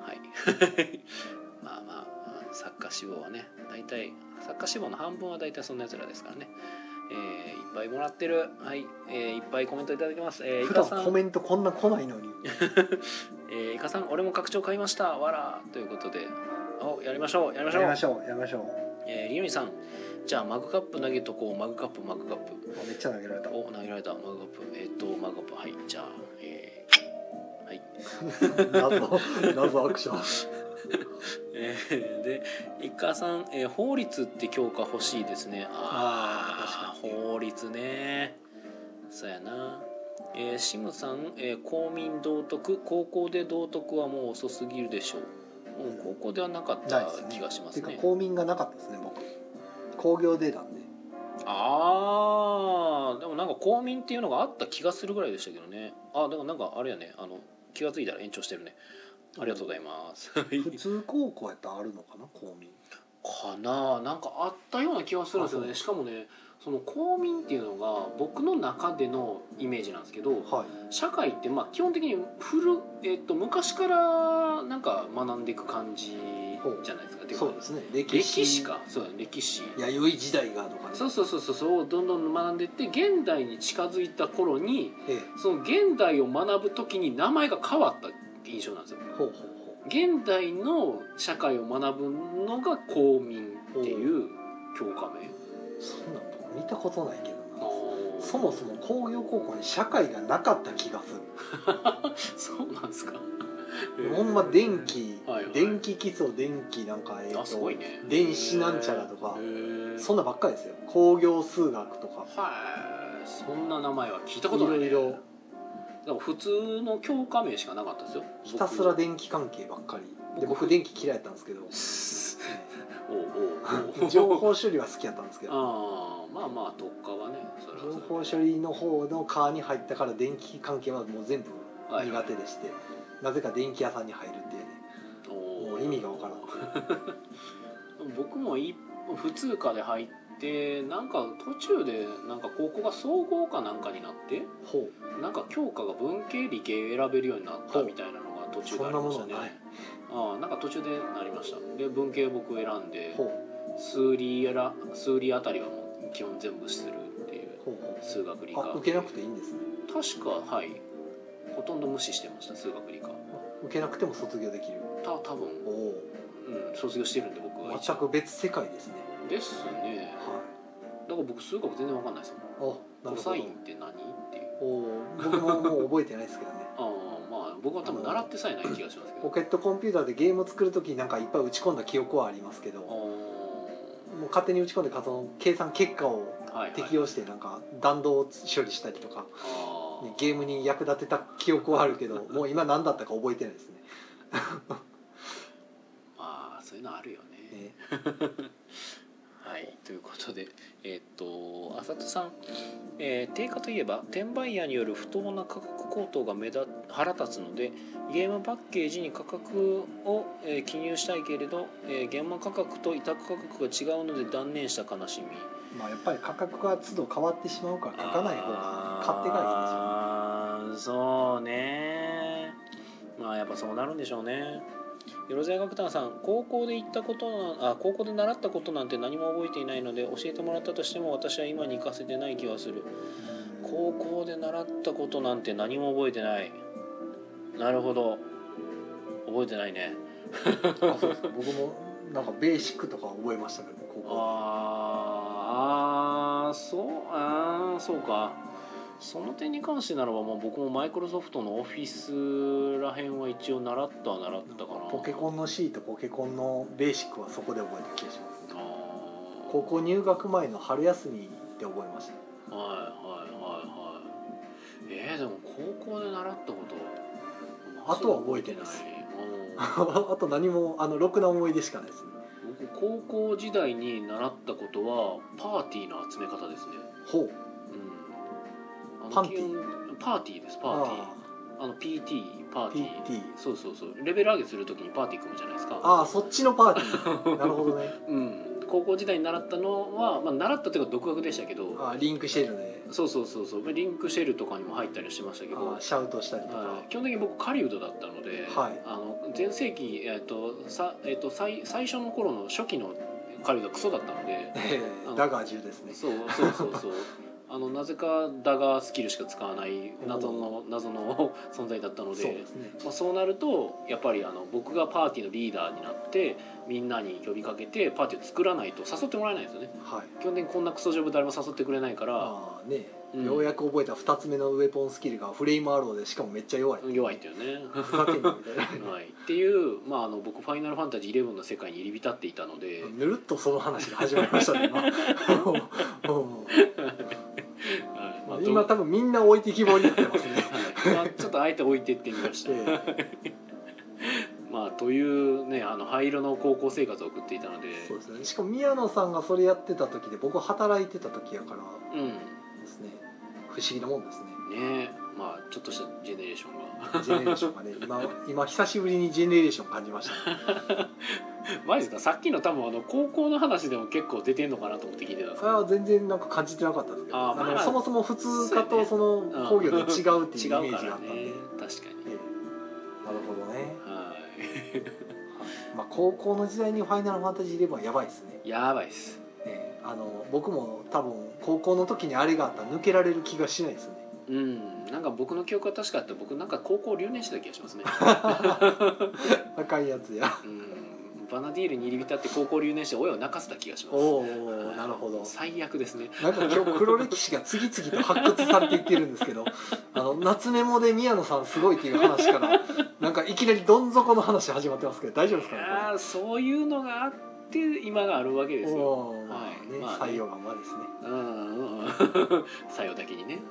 まあ作家志望はね、大体作家志望の半分は大体そんなやつらですからね。いっぱいもらってる。いっぱいコメントいただきます。 普段コメントこんな来ないのにイカさん、俺も拡張買いましたわらということで、やりましょう。 リオニさん、じゃあマグカップ投げとこう。マグカップめっちゃ投げられた。 投げられた。マグカップマグカップ、はい、じゃあはい謎アクションでイカさん、法律って教科欲しいですね。確かに法律ね。そうやな。シムさん、公民道徳、高校で道徳はもう遅すぎるでしょう。高校ではなかった気がしますね。 てか公民がなかったですね、僕工業でなんで。 でもなんか公民っていうのがあった気がするぐらいでしたけどね。でもなんかあれやね、気がついたら延長してるね。ありがとうございます。 普通高校やったらあるのかな、公民かな。なんかあったような気がするんですよね。しかもね、その公民っていうのが僕の中でのイメージなんですけど、社会って基本的に昔からなんか学んでいく感じじゃないですか。 そうですね。 歴史か。そうだね、歴史。 弥生時代がとかね。 そうどんどん学んでいって現代に近づいた頃に、その現代を学ぶ時に名前が変わった印象なんですよ。現代の社会を学ぶのが公民っていう教科名。 そんなの見たことないけどな。そもそも工業高校に社会がなかった気がする。 そうなんですか。 ほんま電気基礎、電気なんかすごいね。 電子なんちゃらとかそんなばっかりですよ。工業数学とか。 そんな名前は聞いたことない。いろいろ。でも普通の教科名しかなかったですよ。 ひたすら電気関係ばっかりで、僕電気嫌いやったんですけど情報処理は好きやったんですけど、 まあ特化はね、 情報処理の方の科に入ったから電気関係はもう全部苦手でして、なぜか電気屋さんに入るっていうね、もう意味がわからん僕も普通科で入ってなんか途中でなんか高校が総合かなんかになってなんか教科が文系理系選べるようになったみたいなのが途中でありましたね。なんか途中でなりました。で文系僕選んで数理あたりはもう基本全部するっていう、数学理科受けなくていいんですね。 確かはいほとんど無視してました。数学理科受けなくても卒業できる。 多分卒業してるんで僕は全く別世界ですね。 ですね。だから僕数学全然わかんないですもん。コサインって何っていう。 僕ももう覚えてないですけどね。 まあ僕は多分習ってさえない気がしますけど。 ポケットコンピューターでゲームを作るときになんかいっぱい打ち込んだ記憶はありますけど、もう勝手に打ち込んで計算結果を適用してなんか弾道を処理したりとか、ゲームに役立てた記憶はあるけど、もう今何だったか覚えてないですね。 まあそういうのあるよね。はいということであさとさん、定価といえば転売ヤーによる不当な価格高騰が腹立つのでゲームパッケージに価格を、記入したいけれど、現場価格と委託価格が違うので断念した悲しみ。 まあやっぱり価格が都度変わってしまうから書かない方が勝手がいいでしょう。 そうね。まあやっぱそうなるんでしょうね。よろずや楽団さん、高校で習ったことなんて何も覚えていないので教えてもらったとしても私は今に活かせてない気がする。高校で習ったことなんて何も覚えてない。なるほど、覚えてないね。 そうですか。僕もなんかベーシックとか覚えましたけど、ね、高校そうか。その点に関してならば、僕もマイクロソフトのオフィスらへんは一応習ったかな。 ポケコンの C とポケコンのベーシックはそこで覚えた気がします、ね、高校入学前の春休みで覚えました。 でも高校で習ったことあとは覚えてない。あと何もろくな思い出しかないですね。 僕高校時代に習ったことはパーティーの集め方ですね。 ほう。 パーティーです。パーティーPT パーティー。そうレベル上げするときにパーティー組むじゃないですか。 そっちのパーティー。なるほどね。 高校時代に習ったのは、習ったというか独学でしたけど、 リンクシェルでそうリンクシェルとかにも入ったりしましたけど、 シャウトしたりとか、 基本的に僕狩人だったので、前世紀、最初の頃の初期の狩人はクソだったので、 ダガー10ですね。 そうなぜかダガースキルしか使わない謎の存在だったので、そうなるとやっぱり僕がパーティーのリーダーになってみんなに呼びかけてパーティーを作らないと誘ってもらえないんですよね。基本的にこんなクソジョブ誰も誘ってくれないから、 ようやく覚えた2つ目のウェポンスキルがフレイムアローで、しかもめっちゃ弱いっていうね。ふざけんなみたいなっていう、僕ファイナルファンタジー11の世界に入り浸っていたので、 ぬるっとその話が始まりましたね。今多分みんな置いてきぼりになってますね。 ちょっとあえて置いてってみました。というね、灰色の高校生活を送っていたので。 そうですね。しかも宮野さんがそれやってた時で僕は働いてた時やからですね。不思議なもんですね。 ちょっとしたジェネレーションがね、今久しぶりにジェネレーション感じましたね。 マジですか。さっきの多分高校の話でも結構出てんのかなと思って聞いてたんですけど、 全然なんか感じてなかったですけど、そもそも普通科とその工業で違うっていうイメージがあったんで。 確かに。 なるほどね。高校の時代にファイナルファンタジー11はやばいですね。 やばいです。 僕も多分高校の時にあれがあったら抜けられる気がしないですね。 なんか僕の記憶が確かあって僕なんか高校留年してた気がしますね。 赤いやつや。 バナディールに入り浸って高校留年して親を泣かせた気がします。 なるほど。 最悪ですね。 なんか今日黒歴史が次々と発掘されていってるんですけど、夏メモで宮野さんすごいっていう話からなんかいきなりどん底の話始まってますけど大丈夫ですかね。 そういうのがあって今があるわけですよ。 採用がまですね。 採用だけにね。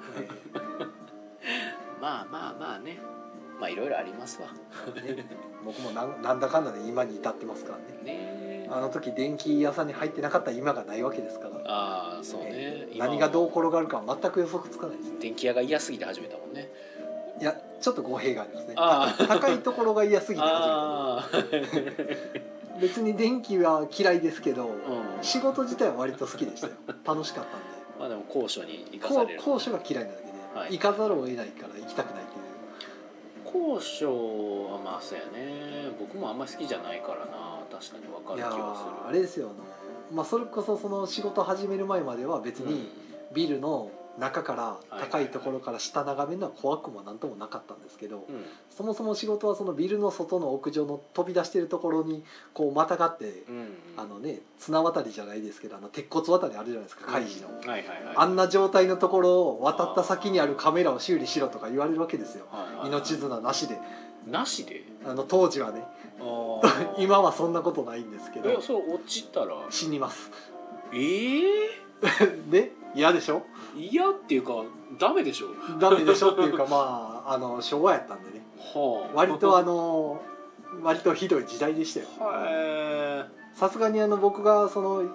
まあね。いろいろありますわ。 僕もなんだかんだで今に至ってますからね。あの時電気屋さんに入ってなかったら今がないわけですから。 そうね。 何がどう転がるかは全く予測つかないです。 電気屋が嫌すぎて始めたもんね。 いやちょっと語弊がありますね。高いところが嫌すぎて始めた。別に電気は嫌いですけど、仕事自体は割と好きでしたよ。楽しかったんで。 まあでも高所に行かされる。 高所が嫌いなだけで、行かざるを得ないから行きたくないっていう。 高所はまあそうやね。僕もあんまり好きじゃないからな。確かに分かる気がする。 あれですよ、まあそれこそその仕事始める前までは別にビルの中から高いところから下眺めるのは怖くもなんともなかったんですけど、そもそも仕事はそのビルの外の屋上の飛び出しているところにこうまたがって、綱渡りじゃないですけど鉄骨渡りあるじゃないですか、海事の、あんな状態のところを渡った先にあるカメラを修理しろとか言われるわけですよ、命綱なしで。当時はね今はそんなことないんですけど。 それ落ちたら死にます。 で嫌でしょ。 嫌っていうかダメでしょ。 ダメでしょっていうかまあ昭和やったんでね、割とひどい時代でしたよ。さすがに僕がその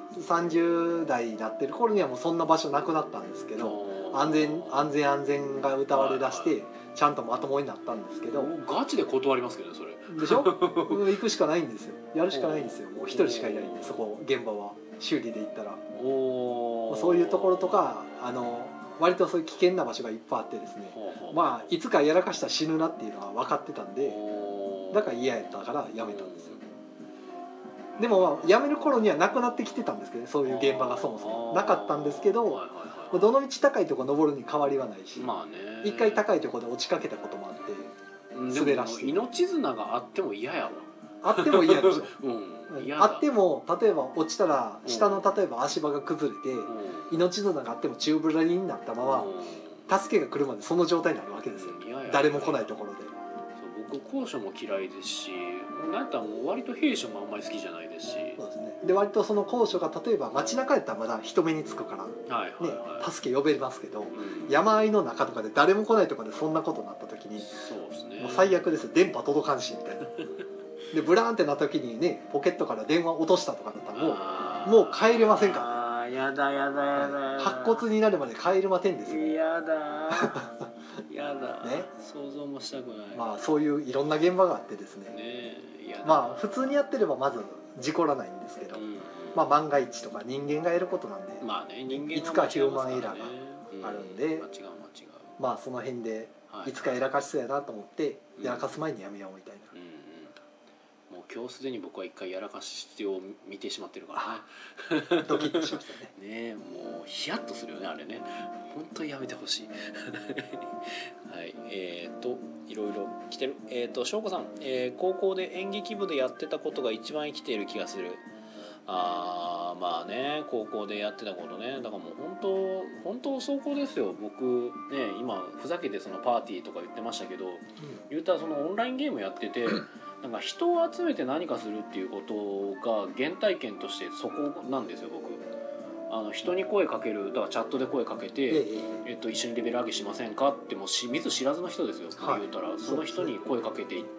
30代になってる頃にはもうそんな場所なくなったんですけど、安全が歌われだしてちゃんとまともになったんですけど、 ガチで断りますけどそれでしょ。行くしかないんですよ、やるしかないんですよ。もう一人しかいないんで、そこ現場は修理で行ったらそういうところとか割とそういう危険な場所がいっぱいあってですね、まあいつかやらかしたら死ぬなっていうのは分かってたんで、だから嫌やったからやめたんですよ。でもまあ辞める頃にはなくなってきてたんですけどね、そういう現場がそもそもなかったんですけど、どの道高いとこ登るに変わりはないし、一回高いとこで落ちかけたこともあって滑らして。 命綱があっても嫌やわ。 あっても嫌でしょ。あっても例えば落ちたら下の例えば足場が崩れて命綱があっても宙ぶらりになったまま助けが来るまでその状態になるわけですよ、誰も来ないところで。 僕高所も嫌いですし、なんやったらもう割と兵所もあんまり好きじゃないですし。 そうですね。で割とその高所が例えば街中やったらまだ人目につくから、助け呼べますけど、山あいの中とかで誰も来ないとかでそんなことになった時にもう最悪ですよ。電波届かんしみたいな。でブラーンってなった時にね、ポケットから電話落としたとかだったらもう帰れませんから。 やだ。 白骨になるまで帰れませんですよ。 やだね、想像もしたくない。 まあそういういろんな現場があってですね、まあ普通にやってればまず事故らないんですけど、まあ万が一とか人間がやることなんで、いつかヒューマンエラーがあるんで、まあその辺でいつかやらかしそうやなと思ってやらかす前にやめようみたいな。 もう今日すでに僕は一回やらかしを見てしまってるからね。 ドキッとしましたね。 ね、もうヒヤッとするよねあれね。本当にやめてほしい。はい、いろいろ来てる。翔子さん、高校で演劇部でやってたことが一番生きている気がする。まあね、高校でやってたことね。だからもう本当壮行ですよ。僕ね、今ふざけてそのパーティーとか言ってましたけど、言うたらそのオンラインゲームやってて。なんか人を集めて何かするっていうことが原体験としてそこなんですよ。僕人に声かける、だからチャットで声かけて、一緒にレベル上げしませんかってもう見ず知らずの人ですよ、言うたらその人に声かけていって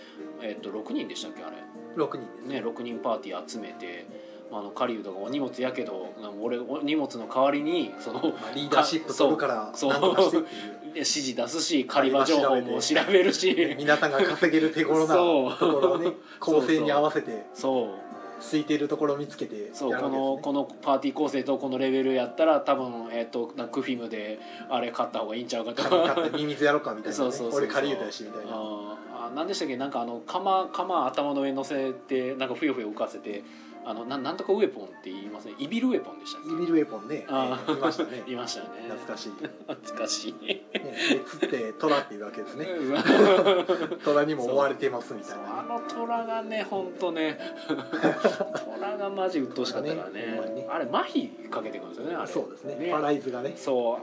、6人でしたっけあれ。 6人ですね。 6人パーティー集めて、狩人がお荷物やけど俺お荷物の代わりにそのリーダーシップ取るから何とかしてっていう指示出すし、狩場情報も調べるし、 皆さんが稼げる手頃なところをね構成に合わせて空いているところを見つけてやるわけですね。 このパーティー構成とこのレベルやったら多分クフィムであれ買った方がいいんちゃうかとか、 買ってミミズやろうかみたいなね。俺借り言うたしみたいな。 何でしたっけ、なんか鎌頭の上に乗せてなんかふよふよ浮かせてなんとかウェポンって言いません？イビルウェポンでしたっけ？ イビルウェポンね。いましたね。 いましたね。 懐かしい。 懐かしい。 釣って虎っていうわけですね。虎にも追われてますみたいな。 虎がね、本当ね。虎がマジ鬱陶しかったからね。あれ麻痺かけてくるんですよね。あれ。 そうですね。パライズがね。 そう、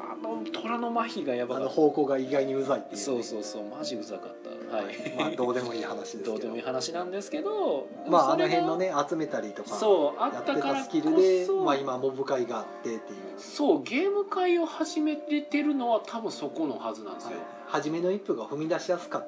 虎の麻痺がやばかった。 方向が意外にうざいっていう。 そうマジうざかった。はい。 まあどうでもいい話ですけど。 どうでもいい話なんですけど、 まあ辺のね集めたりとか。 あったからこそ、 スキルで、今モブ会があってっていう。 そうゲーム会を始めてるのは多分そこのはずなんですよ。 初めの一歩が踏み出しやすかったってことです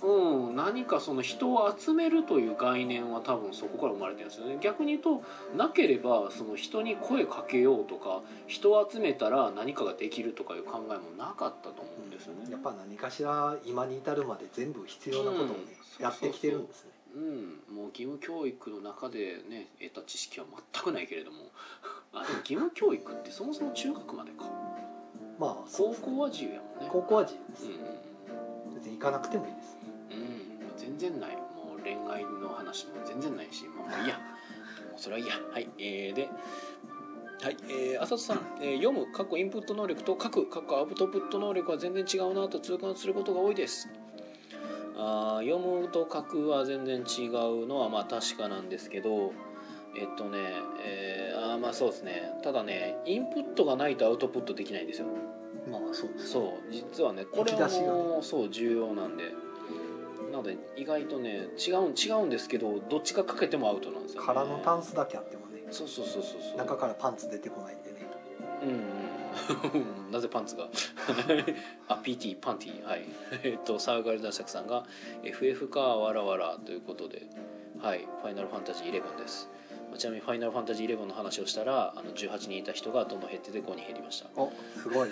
何かその人を集めるという概念は多分そこから生まれてるんですよね。逆に言うとなければその人に声かけようとか人を集めたら何かができるとかいう考えもなかったと思うんですよね。 やっぱ何かしら今に至るまで全部必要なことをね、やってきてるんですね。 もう義務教育の中でね得た知識は全くないけれどもでも義務教育ってそもそも中学までか。 まあ高校は自由やもんね。 高校は自由です、別に行かなくてもいいです。 全然ない。もう恋愛の話も全然ないし、もういいや、もうそれはいいや。はい、で、はい、浅田さん、読むインプット能力と書くアウトプット能力は全然違うなと痛感することが多いです。読むと書くは全然違うのはまあ確かなんですけど、まあそうですね。ただね、インプットがないとアウトプットできないんですよ。 まあそうです。 そう実はねこれはもうそう重要なんで。なので意外とね違うんですけどどっちかかけてもアウトなんですよね。 空のタンスだけあってもね。 そう中からパンツ出てこないんでね。 なぜパンツがPT パンティはいサーガル男爵さんが FF かわらわらということで、はい、ファイナルファンタジー11です。ちなみにファイナルファンタジー11の話をしたら18人いた人がどんどん減ってて5人減りました。 おすごい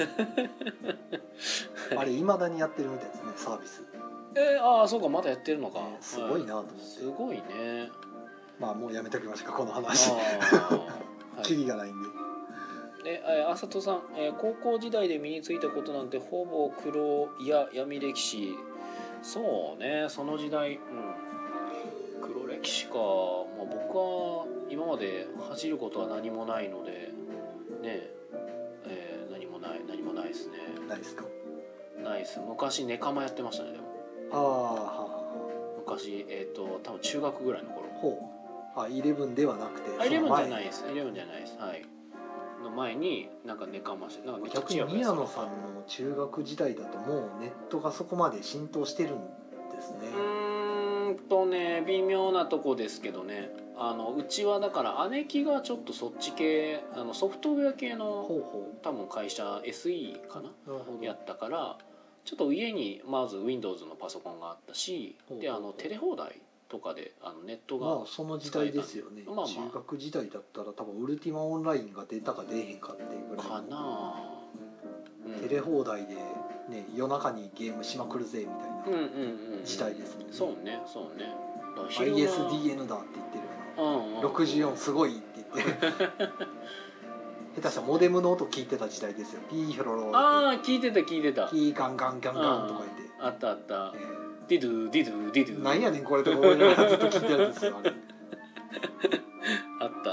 あれ未だにやってるみたいですね、サービス。 そうか、まだやってるのか、 すごいなと思って、 すごいね。 まあもうやめときましょうかこの話キリがないんで。 あさとさん、高校時代で身についたことなんてほぼ黒や闇歴史。そうね、その時代、黒歴史か。僕は今まで恥じることは何もないのでね、何もないですね。 ないですか。 ないです。昔ネカマやってましたね。でも昔多分中学ぐらいの頃。 11ではなくて。 11じゃないです。11じゃないです。はい。の前になんかネカマして、なんかめっちゃ逆に宮野さんの中学時代だともうネットがそこまで浸透してるんですね。 微妙なとこですけどね。うちはだから姉貴がちょっとそっち系ソフトウェア系の多分会社 SE かなやったから、ちょっと家にまず Windows のパソコンがあったし、でテレ放題とかでネットがまあその時代ですよね。中学時代だったら多分ウルティマオンラインが出たか出えへんかっていうぐらいかな、テレ放題で、ね、夜中にゲームしまくるぜみたいな時代ですもんね。 そうね ISDN だって言ってるよな、64すごいって言って下手したらモデムの音聞いてた時代ですよ。ピーヒョロロ聞いてたピーガンガンガンガンとか言って、 あった、ディドゥディドゥディドゥなんやねんこれとか思いながらずっと聞いてるんですよあれあった、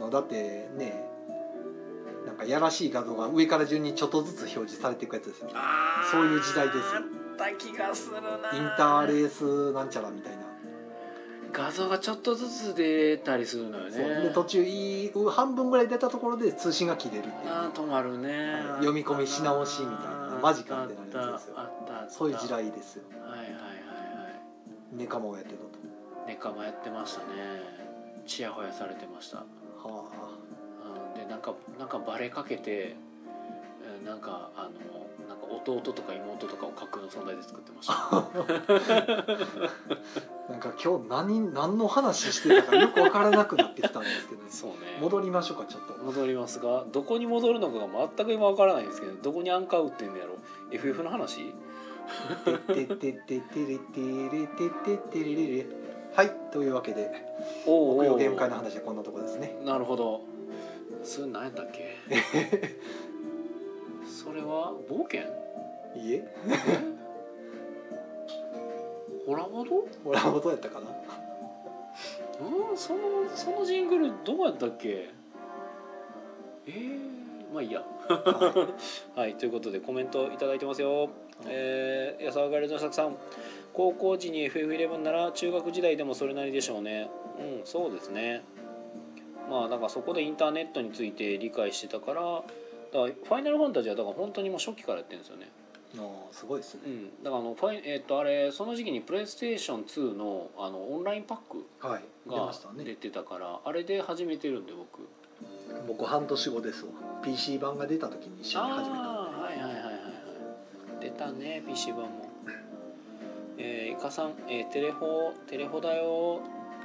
だってね、なんかやらしい画像が上から順にちょっとずつ表示されていくやつですよ。そういう時代ですよ。 あった気がするな。 インターレースなんちゃらみたいな画像がちょっとずつ出たりするのよね。 で途中半分ぐらい出たところで通信が切れるっていう、 止まるね、 読み込みし直しみたいなマジかってなるやつですよ。そういう時代ですよ。ネカマをやってたと。 ネカマやってましたね。チヤホヤされてました。でなんかバレかけてなんか弟とか妹とかを架空の存在で作ってましたなんか今日何の話してたかよく分からなくなってきたんですけど、 そうね、 戻りましょうか。ちょっと戻りますが、どこに戻るのかが全く今分からないんですけど、どこにアンカー打ってんのやろ。 FF の話はい、というわけで木曜ゲーム会の話はこんなとこですね。 なるほど。それ何やったっけそれは冒険？ いえホラボドやったかな。 そのジングルどうやったっけ。まあいいやはい、ということでコメントいただいてますよ。安川ガレージの作さん、高校時に FF11 なら中学時代でもそれなりでしょうね。そうですね。まあなんかそこでインターネットについて理解してたから、だからファイナルファンタジーはだから本当にもう初期からやってるんですよね。 すごいですね。 だからあれその時期にプレイステーション2のオンラインパックが出てたから、あれで始めてるんで僕半年後ですわ。 PC 版が出た時に一緒に始めたんで。 出たね PC 版も。 イカさん、テレホだよ。お、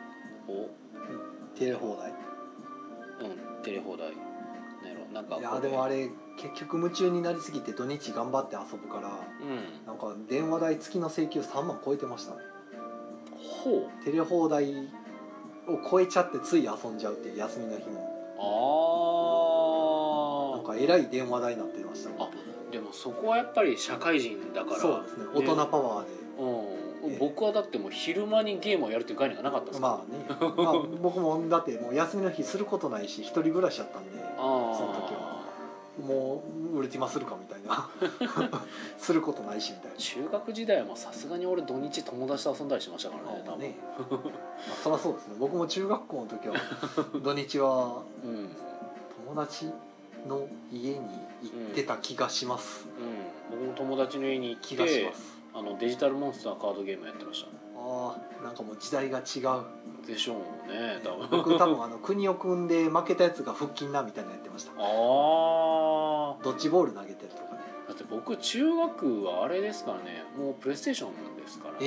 テレ放題。 テレ放題。なんかいやでもあれ結局夢中になりすぎて土日頑張って遊ぶから、なんか電話代月の請求3万超えてましたね。 ほう。 テレ放題を超えちゃってつい遊んじゃうっていう休みの日も。なんかえらい電話代になってましたね。 でもそこはやっぱり社会人だから。 そうですね、大人パワーで。 僕はだってもう昼間にゲームをやるっていう概念がなかったですから。 僕もだってもう休みの日することないし一人暮らしだったんで、その時はもうウルティマするかみたいなすることないしみたいな。 中学時代はさすがに俺土日友達と遊んだりしましたからね。多分ねそりゃそうですね。僕も中学校の時は土日は友達の家に行ってた気がします。 僕も友達の家に行って気がします。デジタルモンスターカードゲームやってました。 なんかもう時代が違うでしょうね。 僕多分国を組んで負けたやつが腹筋なみたいなのやってました。ドッジボール投げてるとかね。 だって僕中学はあれですからね、もうプレイステーションですから。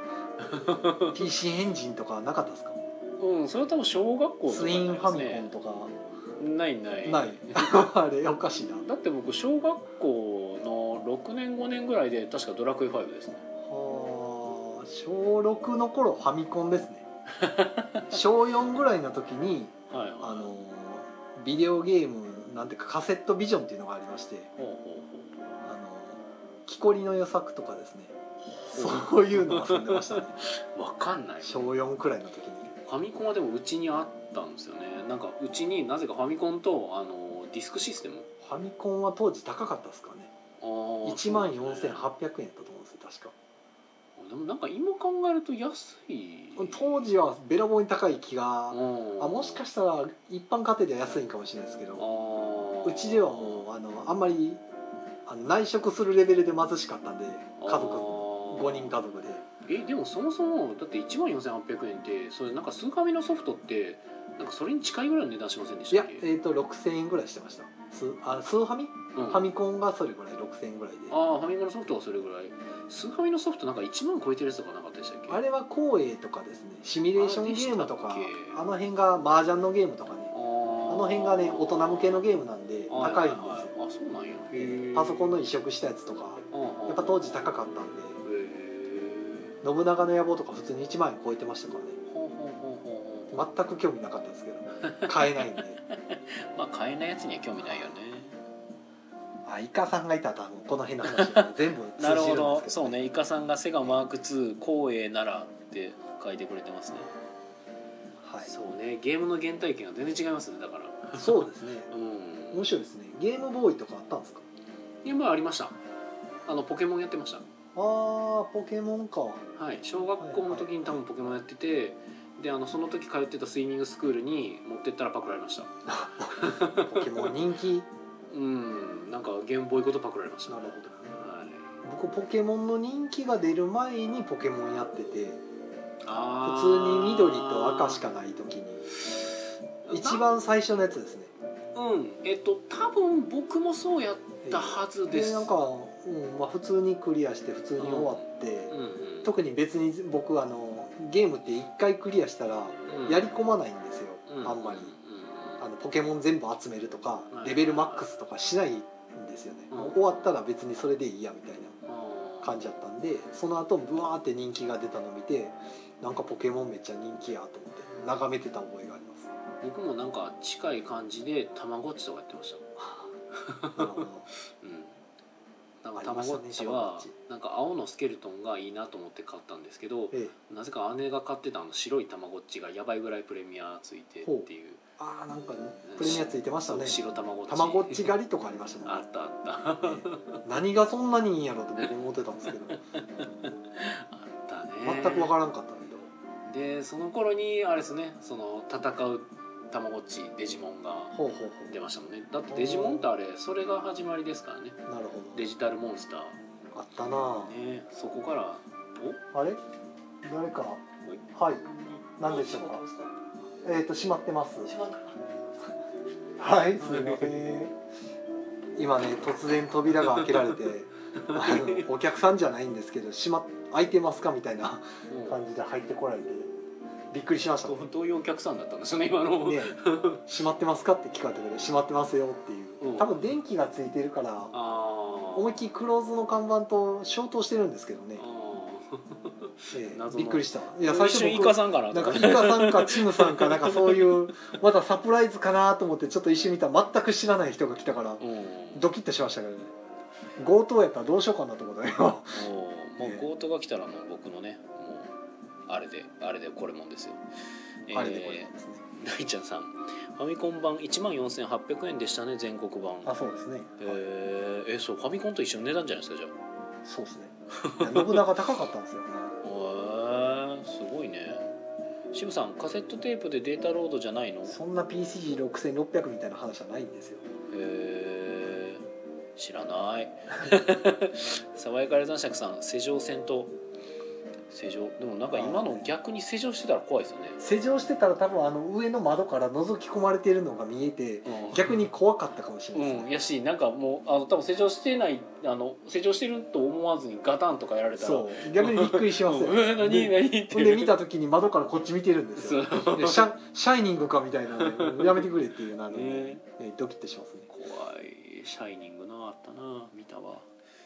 PC エンジンとかなかったですか？ それは多分小学校とかツインファミコンとかないあれおかしいな。 だって僕小学校の6年5年ぐらいで確かドラクエ5ですね。 小6の頃ファミコンですね。小4ぐらいの時にビデオゲームなんていうかカセットビジョンっていうのがありまして、木こりの予作とかですね、そういうの遊んでましたね。 わかんない。 小4くらいの時にファミコンはでもうちにあったんですよね。なんかうちになぜかファミコンとディスクシステム。 ファミコンは当時高かったですかね。14,800円だったと思うんですよ確か。 でもなんか今考えると安い。 当時はべらぼうに高い気が、もしかしたら一般家庭では安いかもしれないですけど、うちではもうあんまり内職するレベルで貧しかったんで、家族5人家族で。 でもそもそもだって14,800円ってそれなんかスーファミのソフトってなんかそれに近いぐらいの値段しませんでしたっけ？ いや6,000円ぐらいしてました。スーファミ、ファミコンがそれぐらい6,000円ぐらいで。 ファミコンのソフトはそれぐらい。スーファミのソフトなんか1万超えてるやつとかなかったでしたっけ？ あれは光栄とかですね、シミュレーションゲームとかあの辺が麻雀のゲームとかね、あの辺がね大人向けのゲームなんで高いんですよ。 そうなんや。 パソコンの移植したやつとかやっぱ当時高かったんで、信長の野望とか普通に1万円超えてましたからね。全く興味なかったですけど買えないんで買えないやつには興味ないよね。 イカさんがいたら多分この辺の話が全部通じるんですけど、ね、 なるほど。そうね、イカさんがセガマーク2光栄ならって書いてくれてますね。そうね、ゲームの原体験が全然違いますね。だからそうですね、面白いですね。ゲームボーイとかあったんですか？ ゲームボーイありました。ポケモンやってました。 ポケモンか。 小学校の時に多分ポケモンやってて、でその時通ってたスイミングスクールに持ってったらパクられました。 ポケモン人気。 なんかゲームボーイごとパクられました。 なるほどね。僕ポケモンの人気が出る前にポケモンやってて、普通に緑と赤しかない時に一番最初のやつですね。 多分僕もそうやったはずです。 なんか、普通にクリアして普通に終わって、特に別に僕ゲームって1回クリアしたらやり込まないんですよ、あんまり。ポケモン全部集めるとかレベルマックスとかしないんですよね。終わったら別にそれでいいやみたいな感じだったんで、その後ブワーって人気が出たのを見て、なんかポケモンめっちゃ人気やと思って眺めてた覚えがあります。 僕もなんか近い感じでたまごっちとかやってました。なるほど。なんかたまごっちはなんか青のスケルトンがいいなと思って買ったんですけど、なぜか姉が買ってた白いたまごっちがやばいぐらいプレミアついてっていう。 なんかプレミアついてましたね。 白たまごっち。 たまごっち狩りとかありましたもんね。 あったあった。 何がそんなにいいんやろと僕思ってたんですけど。 あったね。 全くわからんかったけど。でその頃にあれですね、その戦うたまごっちデジモンが出ましたもんね。だってデジモンってあれそれが始まりですからね。 なるほど。 デジタルモンスターあったな。 ね、そこからあれ誰か何でしょうか。閉まってます。はい、すみません。今ね突然扉が開けられてお客さんじゃないんですけど閉まっ空いてますかみたいな感じで入ってこられてびっくりしました、 どういうお客さんだったんですよね今のね。 閉まってますかって聞かれたけど閉まってますよっていう、多分電気がついてるから思いっきりクローズの看板と消灯してるんですけどね。びっくりした。いや最初僕イカさんかな、 なんかイカさんかチムさんかなんかそういうまたサプライズかなと思ってちょっと一瞬見たら全く知らない人が来たからドキッとしましたけどね。強盗やったらどうしようかなと思ったよ。もう強盗が来たらもう僕のねもうあれでこれもんですよ。 あれでこれもんですね。 大ちゃんさん、ファミコン版14,800円でしたね全国版。 あ、そうですね。 そうファミコンと一緒の値段じゃないですかじゃあ。 そうですね。信長高かったんですよ。 すごいね。渋さん、カセットテープでデータロードじゃないの？ そんな PCG6600 みたいな話はないんですよ。 知らない。爽やかレザンシャクさん、施錠戦闘。施錠でもなんか今の逆に施錠してたら怖いですよね。 施錠してたら多分上の窓から覗き込まれているのが見えて、逆に怖かったかもしれないですね。 やしなんかもう多分施錠してない施錠してると思わずにガタンとかやられたらそう逆にびっくりしますよ。 何ってで見た時に窓からこっち見てるんですよ。でシャイニングかみたいなのやめてくれっていうなので、ドキッとしますね。 怖い。シャイニングなあったな見たわ。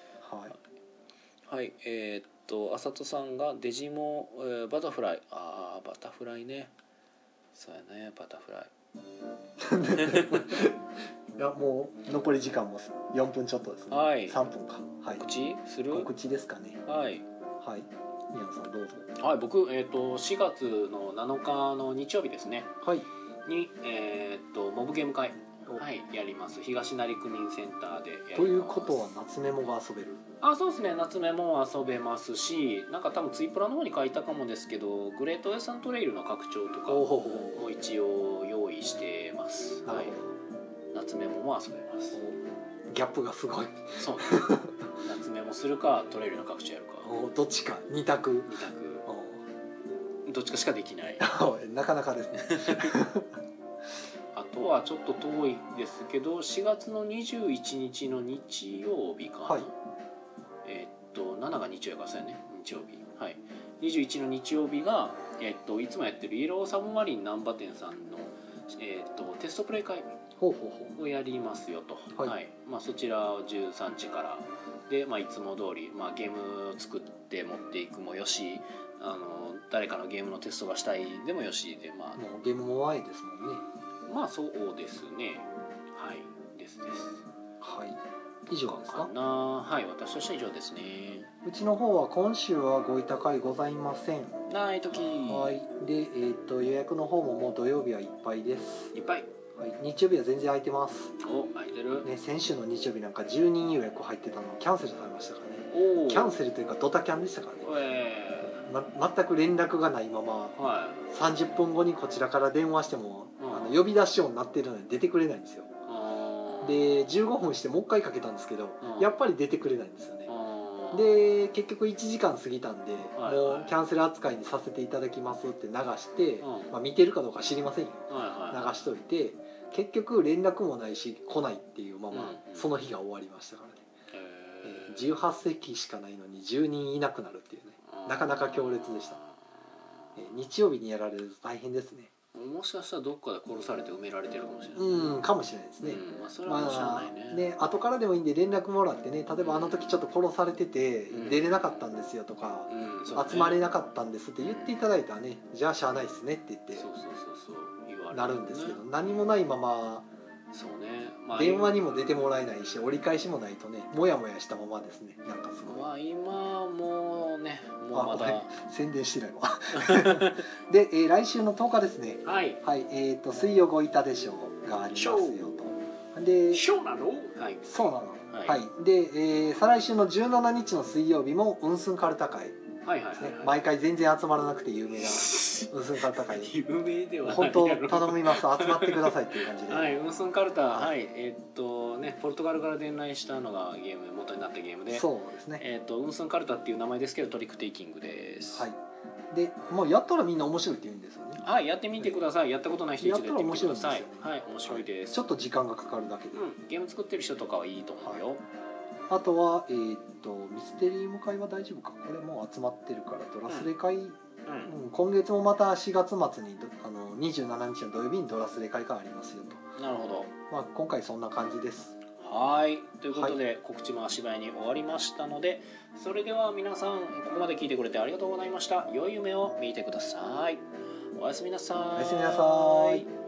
はいあさとさんがデジモバタフライ。バタフライね。そうやねバタフライ。 いやもう残り時間も4分ちょっとですね。 はい、 3分か。はい、 告知する？ 告知ですかね。 はい宮野さんどうぞ。 はい、僕4月の7日の日曜日ですね。にモブゲーム会やります。東成区民センターでやります。 ということは夏メモが遊べる？ そうですね、夏メモも遊べますし、なんか多分ツイプラの方に書いたかもですけど、グレートウェスタントレイルの拡張とかも一応用意してます。夏メモも遊べます。 ギャップがすごい。 そう夏メモするかトレイルの拡張やるかどっちか2択どっちかしかできないなかなかですね。 あとはちょっと遠いですけど4月の21日の日曜日かな、7が日曜やからそうやね日曜日21の日曜日が、いつもやってるイエローサブマリン難波店さんの、テストプレイ会をやりますよと、そちらを13時からで、いつも通り、ゲームを作って持っていくもよし誰かのゲームのテストがしたいでもよしで、もうゲームもワイですもんね。 そうですね。です以上ですか？ 私としては以上ですね。 うちの方は今週はご委託会ございません。 ない時で、予約の方ももう土曜日はいっぱいです。 いっぱい。 日曜日は全然空いてます。 空いてるね。先週の日曜日なんか10人予約入ってたのキャンセルされましたからね。キャンセルというかドタキャンでしたからね。全く連絡がないまま、30分後にこちらから電話しても、呼び出し音になってるのに出てくれないんですよ。で15分してもう一回かけたんですけど、やっぱり出てくれないんですよね。で結局1時間過ぎたんで、もうキャンセル扱いにさせていただきますって流して、見てるかどうか知りませんよ、流しといて結局連絡もないし来ないっていうままその日が終わりましたからね。18席しかないのに10人いなくなるっていうね、なかなか強烈でした。日曜日にやられると大変ですね。 もしかしたらどっかで殺されて埋められてるかもしれない。 かもしれないですね。 それは知らないね。 後からでもいいんで連絡もらってね、例えばあの時ちょっと殺されてて出れなかったんですよとか、集まれなかったんですって言っていただいたらね、じゃあしゃあないですねって言ってなるんですけど、何もないまま電話にも出てもらえないし折り返しもないとね、もやもやしたままですね。なんかすごい今もうね、もうまだ宣伝してないわ。で、来週の10日ですね。水曜ごいたでしょうがありますよと。で、 そうなの？ そうなの。で、再来週の17日の水曜日もウンスンカルタ会ですね。毎回全然集まらなくて有名なウンスンカルタ会。 有名ではない。 本当頼みます。集まってくださいっていう感じで。 ウンスンカルタ、ポルトガルから伝来したのがゲーム元になったゲームで、 そうですね。 ウンスンカルタっていう名前ですけどトリックテイキングです。 で、もうやったらみんな面白いって言うんですよね。 やってみてください。やったことない人一度やってみてください。面白いです。 ちょっと時間がかかるだけで。 ゲーム作ってる人とかはいいと思うよ。 あとはミステリー向かいは大丈夫か、これもう集まってるからドラスレ会、今月もまた4月末に27日の土曜日にドラスレ会がありますよと。 なるほど。 今回そんな感じです。 はい、ということで、告知も足早に終わりましたので、それでは皆さんここまで聞いてくれてありがとうございました。良い夢を見てください。おやすみなさい。 おやすみなさい。